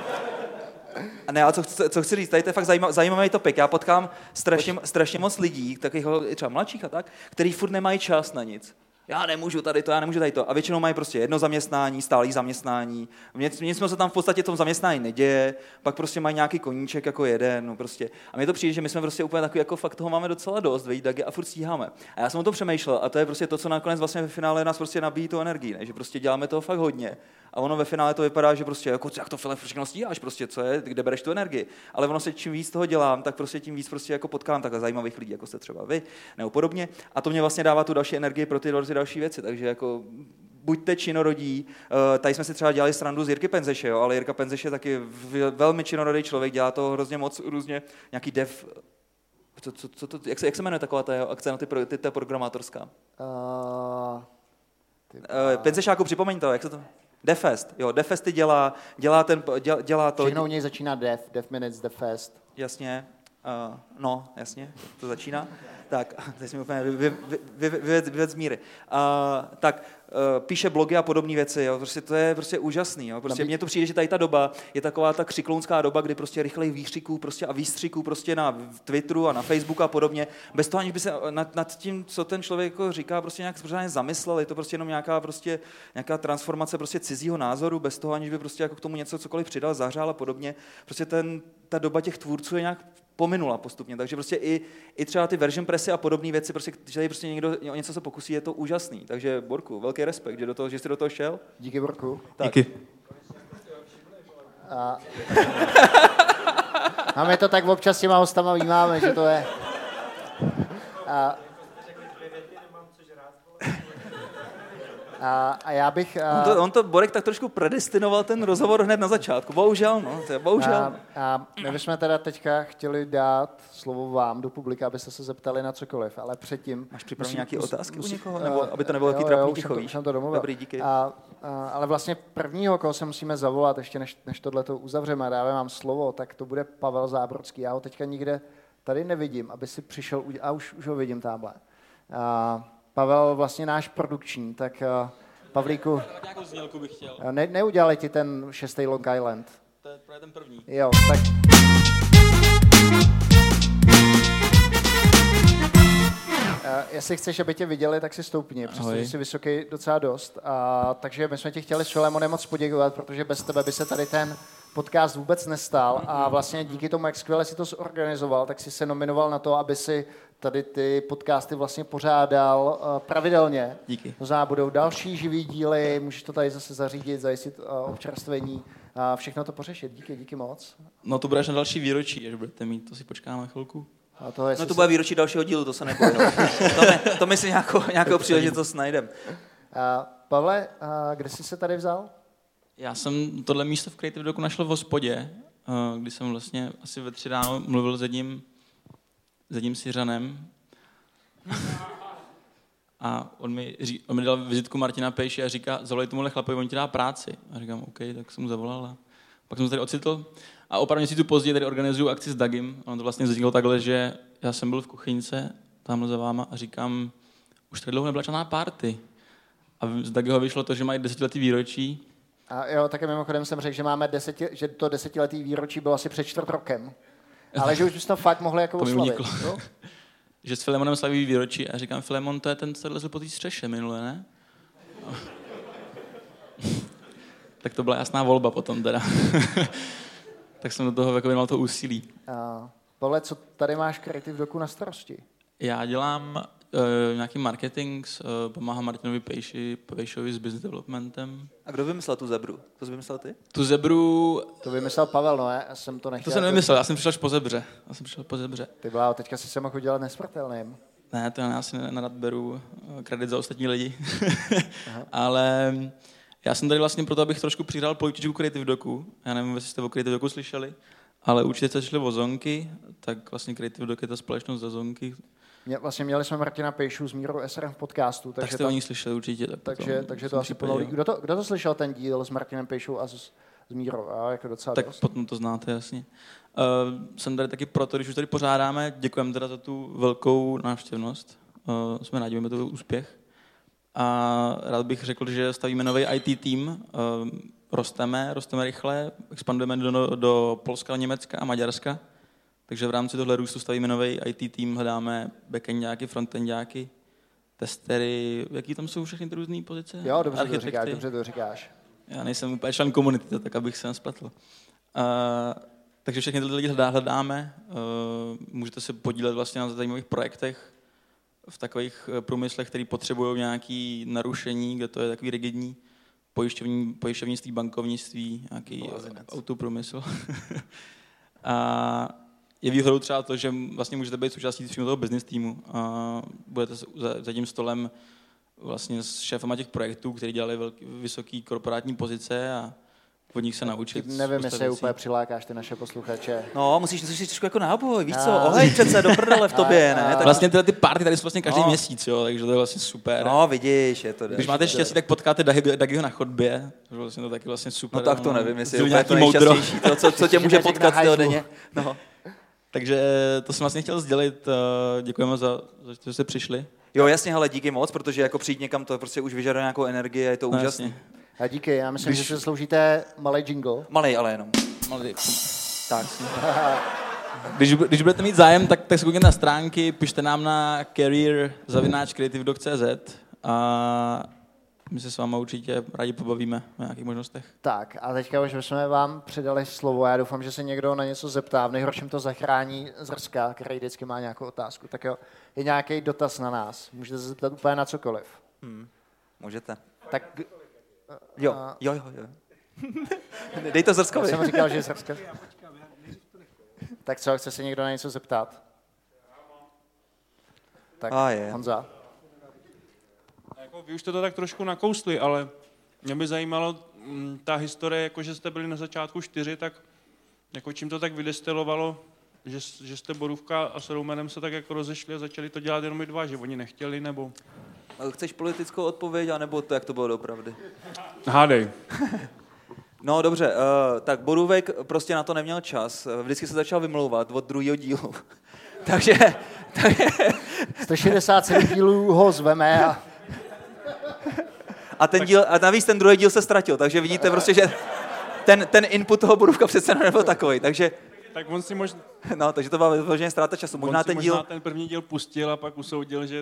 A ne, a co, co, co chci říct, tady to je fakt zajímavý, zajímavý topik. Já potkám strašně, strašně moc lidí, takových třeba mladších a tak, který furt nemají čas na nic. Já nemůžu tady to, já nemůžu tady to. A většinou mají prostě jedno zaměstnání, stálý zaměstnání. Nic, nic se tam v podstatě v tom zaměstnání neděje, pak prostě mají nějaký koníček jako jeden, no prostě. A mně to přijde, že my jsme prostě úplně takový, jako fakt toho máme docela dost, veď, tak a furt stíháme. A já jsem o tom přemýšlel a to je prostě to, co nakonec vlastně ve finále nás prostě nabíjí tu energii, ne? Že prostě děláme toho fakt hodně. A ono ve finále to vypadá, že prostě jako jak to Filip všechno stíháš, prostě co je, kde bereš tu energii. Ale ono se čím víc toho dělám, tak prostě tím víc prostě jako potkám takhle zajímavých lidí, jako jste třeba vy, nebo podobně. A to mě vlastně dává tu další energii pro ty, ty další věci. Takže jako buďte činorodí. Tady jsme si třeba dělali srandu z Jirky Penzeše, jo, ale Jirka Penzeš je taky velmi činorodý člověk, dělá to hrozně moc různě, nějaký dev. Co, co, co to, jak, se, jak se jmenuje taková ta jeho akce na ty, ty, ta programátorská? Uh, uh, Penzešáku, připomeň to, jak se to... Defest, jo, Defesty dělá, dělá, ten, dělá, dělá to... Všechno u něj začíná Def, Def Minutes, Defest. Jasně, uh, no, jasně, to začíná. Tak, teď jsme úplně vyvěc z míry. Uh, tak, uh, píše blogy a podobné věci, jo, prostě to je prostě úžasný, jo, prostě mně to přijde, že tady ta doba je taková ta křiklounská doba, kdy prostě rychlej výkřiků prostě a výstřiků prostě na Twitteru a na Facebooku a podobně, bez toho, aniž by se nad, nad tím, co ten člověk jako říká, prostě nějak pořádně zamyslel, je to prostě jenom nějaká prostě nějaká transformace prostě cizího názoru, bez toho, aniž by prostě jako k tomu něco cokoliv přidal, zahřál a podobně. Prostě ten, ta doba těch tvůrců je nějak pominula postupně, takže prostě i, i třeba ty version pressy a podobné věci, prostě, když tady prostě někdo o něco se pokusí, je to úžasný. Takže Borku, velký respekt, že, do toho, že jsi do toho šel. Díky, Borku. Tak. Díky. A... a my to tak občas s těma hostama vnímáme, že to je... A... A, a já bych... A... On, to, on to, Borek, tak trošku predestinoval ten rozhovor hned na začátku. Bohužel, no, to je bohužel. A, a my bychom teda teďka chtěli dát slovo vám do publika, abyste se zeptali na cokoliv, ale předtím... Máš připravené nějaké otázky musí, u někoho? Nebo aby to nebylo takový trapný ticho, víš? Jsem to domluvil. Dobrý, díky. A, a, ale vlastně prvního, koho se musíme zavolat, ještě než, než tohleto uzavřeme a dáme vám slovo, tak to bude Pavel Zábrodský. Já ho teďka nikde tady nevidím, aby si přišel, a už, už ho vidím tamhle. A Pavel vlastně náš produkční, tak... Pavlíku. Nějakou znělku bych chtěl. Ne, neudělali ti ten šestý Long Island. To je právě ten první. Jo, tak... Uh, jestli chceš, aby tě viděli, tak si stoupni, protože jsi vysoký docela dost. Uh, takže my jsme ti chtěli s Filemonem moc poděkovat, protože bez tebe by se tady ten podcast vůbec nestal a vlastně díky tomu, jak skvěle si to zorganizoval, tak si se nominoval na to, aby si tady ty podcasty vlastně pořádal uh, pravidelně. Díky. To znamená, budou další živý díly, můžeš to tady zase zařídit, zajistit uh, občerstvení a všechno to pořešit. Díky, díky moc. No to bude až na další výročí, až budete mít, to si počkáme chvilku. A to no to bude výročí dalšího dílu, to se nebojím. to, my, to my si nějakou, nějakou příležitost najdeme. Uh, Pavle, uh, kde jsi se tady vzal? Já jsem tohle místo v Creative Docu našel v hospodě, uh, kdy jsem vlastně asi ve tři ráno mluvil s jedním, s jedním Syřanem. A on mi, ří, on mi dal vizitku Martina Pejši a říká, zavolej tomuhle chlapovi, on ti dá práci. A říkám, OK, tak jsem mu zavolal. A pak jsem se tady ocitl. A o pár měsíců později tady organizuju akci s Dagim. Ono to vlastně vzniklo takhle, že já jsem byl v kuchyňce, tamhle za váma, a říkám, už tady dlouho nebyla žádná party. A z Dagiho vyšlo to, že mají desetiletý výročí. A jo, také mimochodem jsem řekl, že máme deseti, že to desetiletý výročí bylo asi před čtvrt rokem. Ale že už bychom to fakt mohli jako oslavit. Že s Filemonem slaví výročí a říkám, Filemon, to je ten, co lezl po té střeše minule, ne? Tak to byla jasná volba potom teda. Tak jsem do toho jako věnoval to úsilí. Uh, Pavle, co tady máš Creative Docu na starosti? Já dělám uh, nějaký marketing, uh, pomáhám Martinovi Pejši, Pejšovi s business developmentem. A kdo vymyslel tu zebru? To jsi vymyslel ty? Tu zebru... To vymyslel Pavel, no, já jsem to nechtěl. To jsem nevymyslel, já jsem přišel až po zebře. Já jsem přišel po zebře. Ty bláho, teďka si se mohl udělat nesmrtelným. Ne, to já si nerad beru kredit za ostatní lidi. Ale já jsem tady vlastně proto, abych trošku přihrál političku Creative Docu. Já nevím, jestli jste o Creative Docu slyšeli, ale určitě jste slyšeli o Zonky, tak vlastně Creative Doc je ta společnost za Zonky. Mě, vlastně měli jsme Martina Pejšu s Mírou S R M v podcastu. Takže tak jste tam, o nich slyšeli určitě. Tak takže, potom, takže to asi plnou lidí. Kdo to, kdo to slyšel, ten díl s Martinem Pejšou a s, s Mírou? A jako docela tak dost. potom to znáte, jasně. Uh, jsem tady taky proto, když už tady pořádáme, děkujeme teda za tu velkou návštěvnost. Uh, jsme rádi, máme to úspěch. A rád bych řekl, že stavíme nový í té tým, uh, rosteme, rosteme rychle, expandujeme do, do Polska, Německa a Maďarska. Takže v rámci tohle růstu stavíme nový í té tým, hledáme backendáky, frontendáky, testery, jaký tam jsou všechny ty různé pozice? Jo, dobře to říkáš, dobře to říkáš. Já nejsem úplně člen komunity, tak abych se nespletl. Uh, takže všechny tyhle lidi hledáme, uh, můžete se podílet vlastně na zajímavých projektech, v takových průmyslech, které potřebují nějaké narušení, kde to je takový rigidní, pojišťovní, pojišťovnictví, bankovnictví, nějaký autoprůmysl. A je výhodou třeba to, že vlastně můžete být součástí přímo toho business týmu a budete za, za tím stolem vlastně s šéfama těch projektů, kteří dělali velký, vysoký korporátní pozice a od nich se naučit. Nevím, jestli je úplně přilákáš ty naše posluchače. No, musíš to trošku jako náboj, víš co, ohej přece do prdele v tobě, ne? Tak... Vlastně tyhle ty party tady jsou vlastně každý no. měsíc, jo, takže to je vlastně super. No, vidíš, je to. Když máte štěstí, tak potkáte Dagiho na chodbě, takže vlastně to taky vlastně super. No tak to nevím, jestli je úplně to nejšťastnější, to, co, co tě může potkat toho denně. No. Takže to jsem vlastně chtěl sdělit, děkujeme za, za to, že jste přišli. Jo, jasně, hele, díky moc, protože jako přijít někam, to prostě už vyžaduje nějakou energii a je to no, úžasné. A díky, já myslím, když... že si sloužíte malý jingle. Malý, ale jenom. Malý. Tak. když, když budete mít zájem, tak, tak se koukněte na stránky, pište nám na career zavináč creative doc tečka cz a my se s váma určitě rádi pobavíme o nějakých možnostech. Tak a teďka už jsme vám předali slovo. Já doufám, že se někdo na něco zeptá. V nejhorším to zachrání Zrska, který vždycky má nějakou otázku. Tak jo, je nějaký dotaz na nás. Můžete se zeptat úplně na cokoliv. Hmm. Můžete. Tak... Jo, jo, jo, jo. Dej to Zrskovi. Já jsem říkal, že je Zrska. Tak co, chce se někdo na něco zeptat? Tak, A je. Honza. Jako, vy už jste to tak trošku nakousli, ale mě by zajímalo m, ta historie, jako že jste byli na začátku čtyři, tak jako čím to tak vydestilovalo, že, že jste Borůvka a s Roumanem se tak jako rozešli a začali to dělat jenom i dva, že oni nechtěli, nebo... Chceš politickou odpověď, anebo to, jak to bylo doopravdy? Hádej. No dobře, uh, tak Borůvek prostě na to neměl čas. Vždycky se začal vymlouvat od druhého dílu. takže... takže... sto šedesát sedm dílů ho zveme a... A, ten díl, a navíc ten druhý díl se ztratil, takže vidíte prostě, že ten, ten input toho Borůvka přece nebyl takový, takže... Tak on si možná... No, takže to byla vyloženě ztráta času. Možná on si ten díl... možná ten první díl pustil a pak usoudil, že...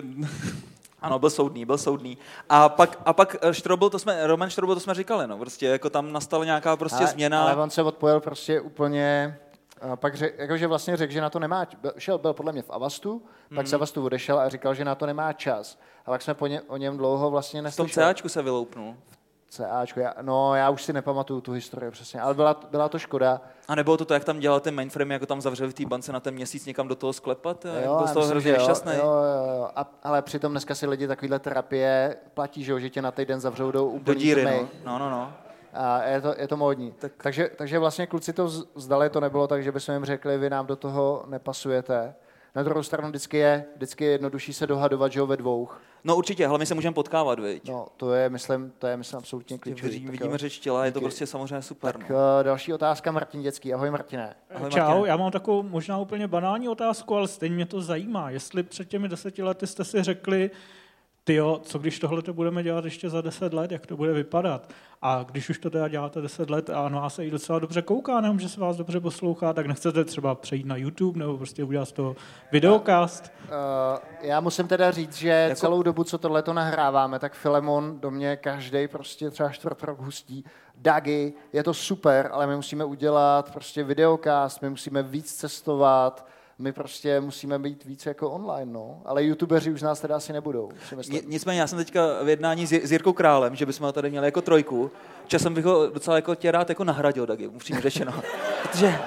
Ano, byl soudný, byl soudný. A pak, a pak Štrobl, to jsme, Roman Štrobl, to jsme říkali, no, prostě jako tam nastala nějaká prostě ale, změna. Ale on se odpojil prostě úplně, a pak řek, jakože vlastně řekl, že na to nemá, šel, byl podle mě v Avastu, hmm. pak z Avastu odešel a říkal, že na to nemá čas. A pak jsme po ně, o něm dlouho vlastně neslyšeli. V tom CAčku se vyloupnul. CAčku, já, no já už si nepamatuju tu historii přesně, ale byla, byla to škoda. A nebylo to to, jak tam dělal ten mainframe, jako tam zavřeli v té bance na ten měsíc někam do toho sklepat? Jo, byl z toho hrozně nešťastný. Jo, jo, jo. A, ale přitom dneska si lidi takovýhle terapie platí, že, jo, že tě na týden zavřou do úplně do díry, tmy. no. no, no, no. A je to, je to módní. Tak. Takže, takže vlastně kluci to vzdali, to nebylo tak, že bychom jim řekli, vy nám do toho nepasujete. Na druhou stranu vždycky je, vždycky je jednodušší se dohadovat, že jo, ve dvou. No určitě, hlavně se můžeme potkávat, viď? No, to je, myslím, to je, myslím, absolutně klíčové. Vidíme, vidíme řeč těla, je to prostě samozřejmě super. Tak no. další otázka, Martin Dětský. Ahoj, Martine. Ahoj, Čau, Martine. Já mám takovou možná úplně banální otázku, ale stejně mě to zajímá. Jestli před těmi deseti lety jste si řekli, tyjo, co když tohle to budeme dělat ještě za deset let, jak to bude vypadat? A když už to teda děláte deset let a no a se jí docela dobře kouká, nebo že se vás dobře poslouchá, tak nechcete třeba přejít na YouTube nebo prostě udělat z toho videokast? Uh, já musím teda říct, že jako... celou dobu, co tohleto nahráváme, tak Filemon do mě každý prostě třeba čtvrt rok hustí. Dagi, je to super, ale my musíme udělat prostě videokast, my musíme víc cestovat, my prostě musíme být víc jako online, no. Ale youtubeři už z nás teda asi nebudou. Nicméně já jsem teďka v jednání s Jirkou Králem, že bychom ho tady měli jako trojku. Časem bych ho docela jako tě rád jako nahradil, tak je upřímně řečeno. Protože...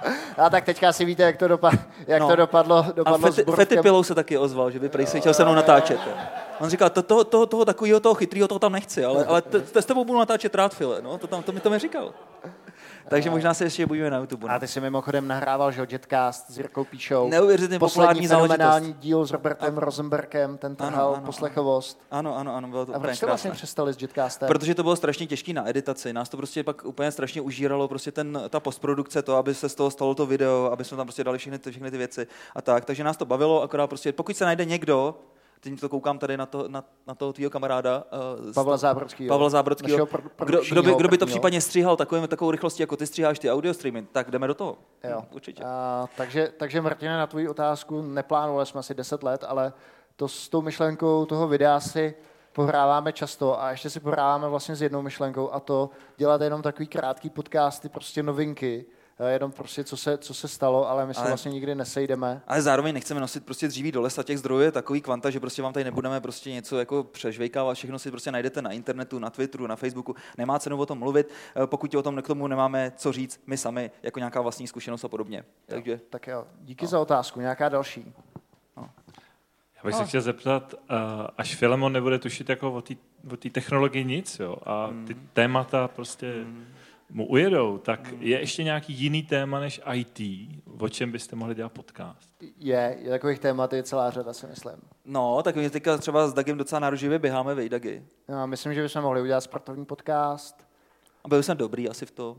A tak teďka asi víte, jak to, dopad, jak no. to dopadlo, dopadlo a Fety, Fety Pilou se taky ozval, že by prej se chtěl se mnou natáčet. On říkal, to, toho, toho, toho takového, toho chytrýho, toho tam nechci, ale, ale t, t, s tebou budu natáčet rád, File, no, to, tam, to mi to mi říkal. Takže možná se ještě budeme na YouTube. No. A ty si mimochodem nahrával, že Jetcast s Jirkou Píšou. Neuvěřitelně populární záležitost. Fenomenální díl s Robertem ano. Rosenbergem, ten trhal poslechovost. Ano, ano, ano, bylo to a proč jste vlastně přestali s Jetcastem? Protože to bylo strašně těžké na editaci. Nás to prostě pak úplně strašně užíralo, prostě ten, ta postprodukce, to, aby se z toho stalo to video, aby jsme tam prostě dali všechny, všechny ty věci a tak. Takže nás to bavilo, akorát prostě, pokud se najde někdo, teď to koukám tady na, to, na, na toho tvýho kamaráda. Uh, Pavla Zábrodského. Pavla Zábrodského. Pro, kdo, kdo, by, kdo by to případně stříhal takovým, takovou rychlostí, jako ty stříháš ty audio streamy, tak jdeme do toho. Jo. Určitě. A, takže, takže Martine, na tvoji otázku neplánovali jsme asi deset let, ale to s tou myšlenkou toho videa si pohráváme často a ještě si pohráváme vlastně s jednou myšlenkou a to dělat jenom takový krátký podcasty, prostě novinky, jenom prostě, co se, co se stalo, ale my se ale, vlastně nikdy nesejdeme. Ale zároveň nechceme nosit prostě dříví do lesa, těch zdrojů je takový kvanta, že prostě vám tady nebudeme prostě něco jako přežvejkávat, všechno si prostě najdete na internetu, na Twitteru, na Facebooku, nemá cenu o tom mluvit, pokud o tom k tomu nemáme co říct my sami, jako nějaká vlastní zkušenost a podobně. Jo, Takže... Tak jo, díky no. za otázku, nějaká další. No. Já bych no. se chtěl zeptat, až Filemon nebude tušit jako o té technologii nic, jo, a ty hmm. témata prostě... Hmm. mu ujedou, tak je ještě nějaký jiný téma než í té, o čem byste mohli dělat podcast? Je, je takových témat je celá řada, si myslím. No, tak my teďka třeba s Dagem docela nároživě běháme, vej, Dagi. No, myslím, že bychom mohli udělat sportovní podcast. A byl jsem dobrý asi v tom.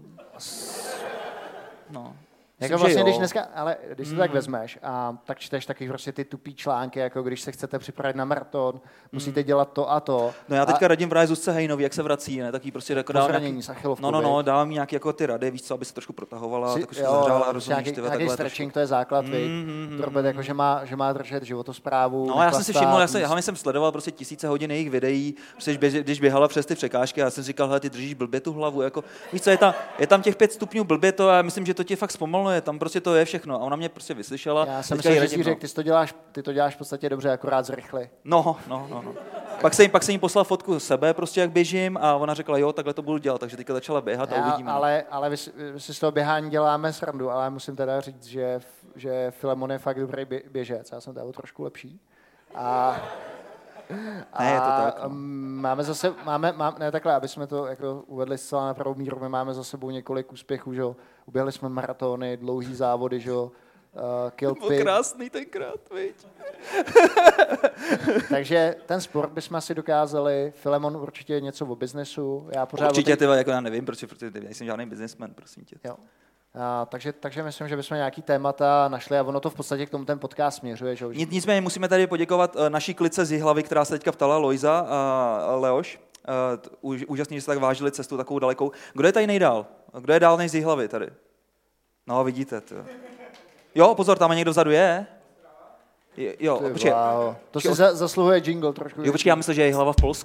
No. Jako vlastně, když dneska, ale když si mm. tak vezmeš a tak čteš taky prostě ty tupý články, jako když se chcete připravit na maraton, mm. musíte dělat to a to. No já teďka a... radím právě Zuzce Hejnový, jak se vrací, ne, taky prostě jako dávám nějaký... No, no, no, dávám mi nějaký jako ty rady, víš co, aby se trošku protahovala, si, tak už se zahřála, rozumíš, nějaký, ty nějaký stretching, to je základ, mm, mm, mm, Robert, jako, že má, že má držet životosprávu. No, já jsem si všiml, já jsem, hlavně jsem sledoval prostě tisíce hodin jejich videí, prostě když běhala přes ty překážky, já jsem říkal, hele, ty držíš blbě tu hlavu, jako víš co, je tam, je tam těch pět stupňů blbě to a já myslím, že to tě fakt zpomaluje, tam prostě to je všechno. A ona mě prostě vyslyšela. Já jsem myslel, že si řekl, ty to děláš, ty to děláš v podstatě dobře, akorát zrychli. No, no, no, no. Pak jsem jí, pak jsem jí poslal fotku sebe, prostě jak běžím a ona řekla, jo, takhle to budu dělat, takže teďka začala běhat a já, uvidíme. Ale, ale vy, vy si z toho běhání děláme srandu, ale musím teda říct, že, že Filemon je fakt dobrý běžec, já jsem tady trošku lepší. A, a ne, je to tak. No. Máme zase, máme, máme, ne takhle, aby jsme to jako uvedli zcela na pravou míru, my máme za sebou několik úspěchů, že uběhli jsme maratony, dlouhý závody, že Uh, to byl krásný tenkrát, viď? Takže ten sport bychom asi dokázali, Filemon určitě něco o biznesu. Já pořád určitě, ty, jako já nevím, proč, protože nejsem žádný businessman, prosím tě. Jo. Uh, takže, takže myslím, že bychom nějaký témata našli a ono to v podstatě k tomu ten podcast směřuje. Že? Nicméně musíme tady poděkovat naší klice z Jihlavy, která se teďka ptala, Lojza a Leoš. Uh, úžasný, že jste tak vážili cestu takovou dalekou. Kdo je tady nejdál? Kdo je dál než z Jihlavy tady? No, vidíte. To. Jo, pozor, tam někdo vzadu je. Je jo, Ty, počkej. Wow. To si za, zasluhuje jingle trošku. Jo, počkej, já myslím, že je Jihlava v Polsku.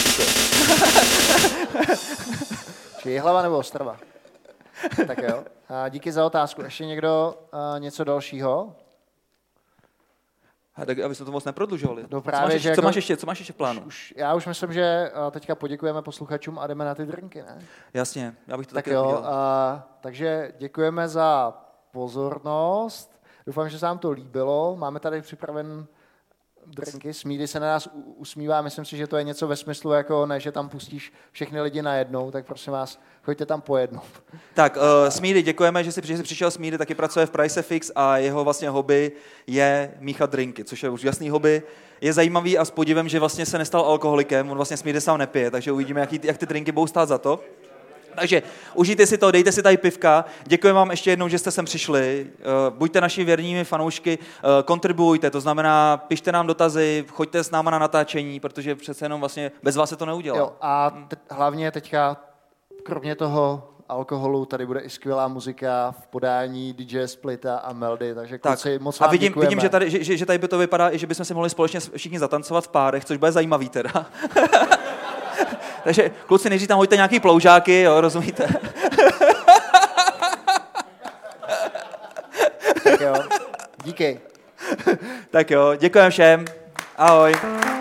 Či Jihlava nebo Ostrava? Tak jo. A díky za otázku. Ještě někdo uh, něco dalšího? A tak, aby jsme to moc neprodlužovali. No právě, co, máš ještě, jako, co máš ještě, co máš ještě v plánu? Už, už, já už myslím, že uh, teďka poděkujeme posluchačům a jdeme na ty drinky, ne? Jasně, já bych to tak taky jo, udělal. uh, takže děkujeme za pozornost. Doufám, že se vám to líbilo. Máme tady připraven drinky. Smídy se na nás usmívá. Myslím si, že to je něco ve smyslu, jako ne, že tam pustíš všechny lidi najednou, tak prosím vás, choďte tam po jednou. Tak, uh, Smídy, děkujeme, že jsi, že jsi přišel. Smídy taky pracuje v PriceFix a jeho vlastně hobby je míchat drinky, což je už jasný hobby. Je zajímavý a s podivem, že vlastně se nestal alkoholikem, on vlastně Smídy sám nepije, takže uvidíme, jaký, jak ty drinky budou stát za to. Takže užijte si to, dejte si tady pivka. Děkujeme vám ještě jednou, že jste sem přišli. Buďte naši věrnými fanoušky, kontribuujte, to znamená, pište nám dotazy, choďte s náma na natáčení, protože přece jenom vlastně bez vás se to neudělá. Jo, a te- hlavně teďka, kromě toho alkoholu, tady bude i skvělá muzika v podání D J Splita a Meldy, takže kluci, moc vám a vidím, děkujeme. vidím že, tady, že, že tady by to vypadá, i že bychom si mohli společně všichni zatancovat v párech, což bude zajímavý teda. Takže kluci, nejdřív tam hoďte nějaký ploužáky, jo, rozumíte? Tak jo, díky. Tak jo, děkujeme všem. Ahoj.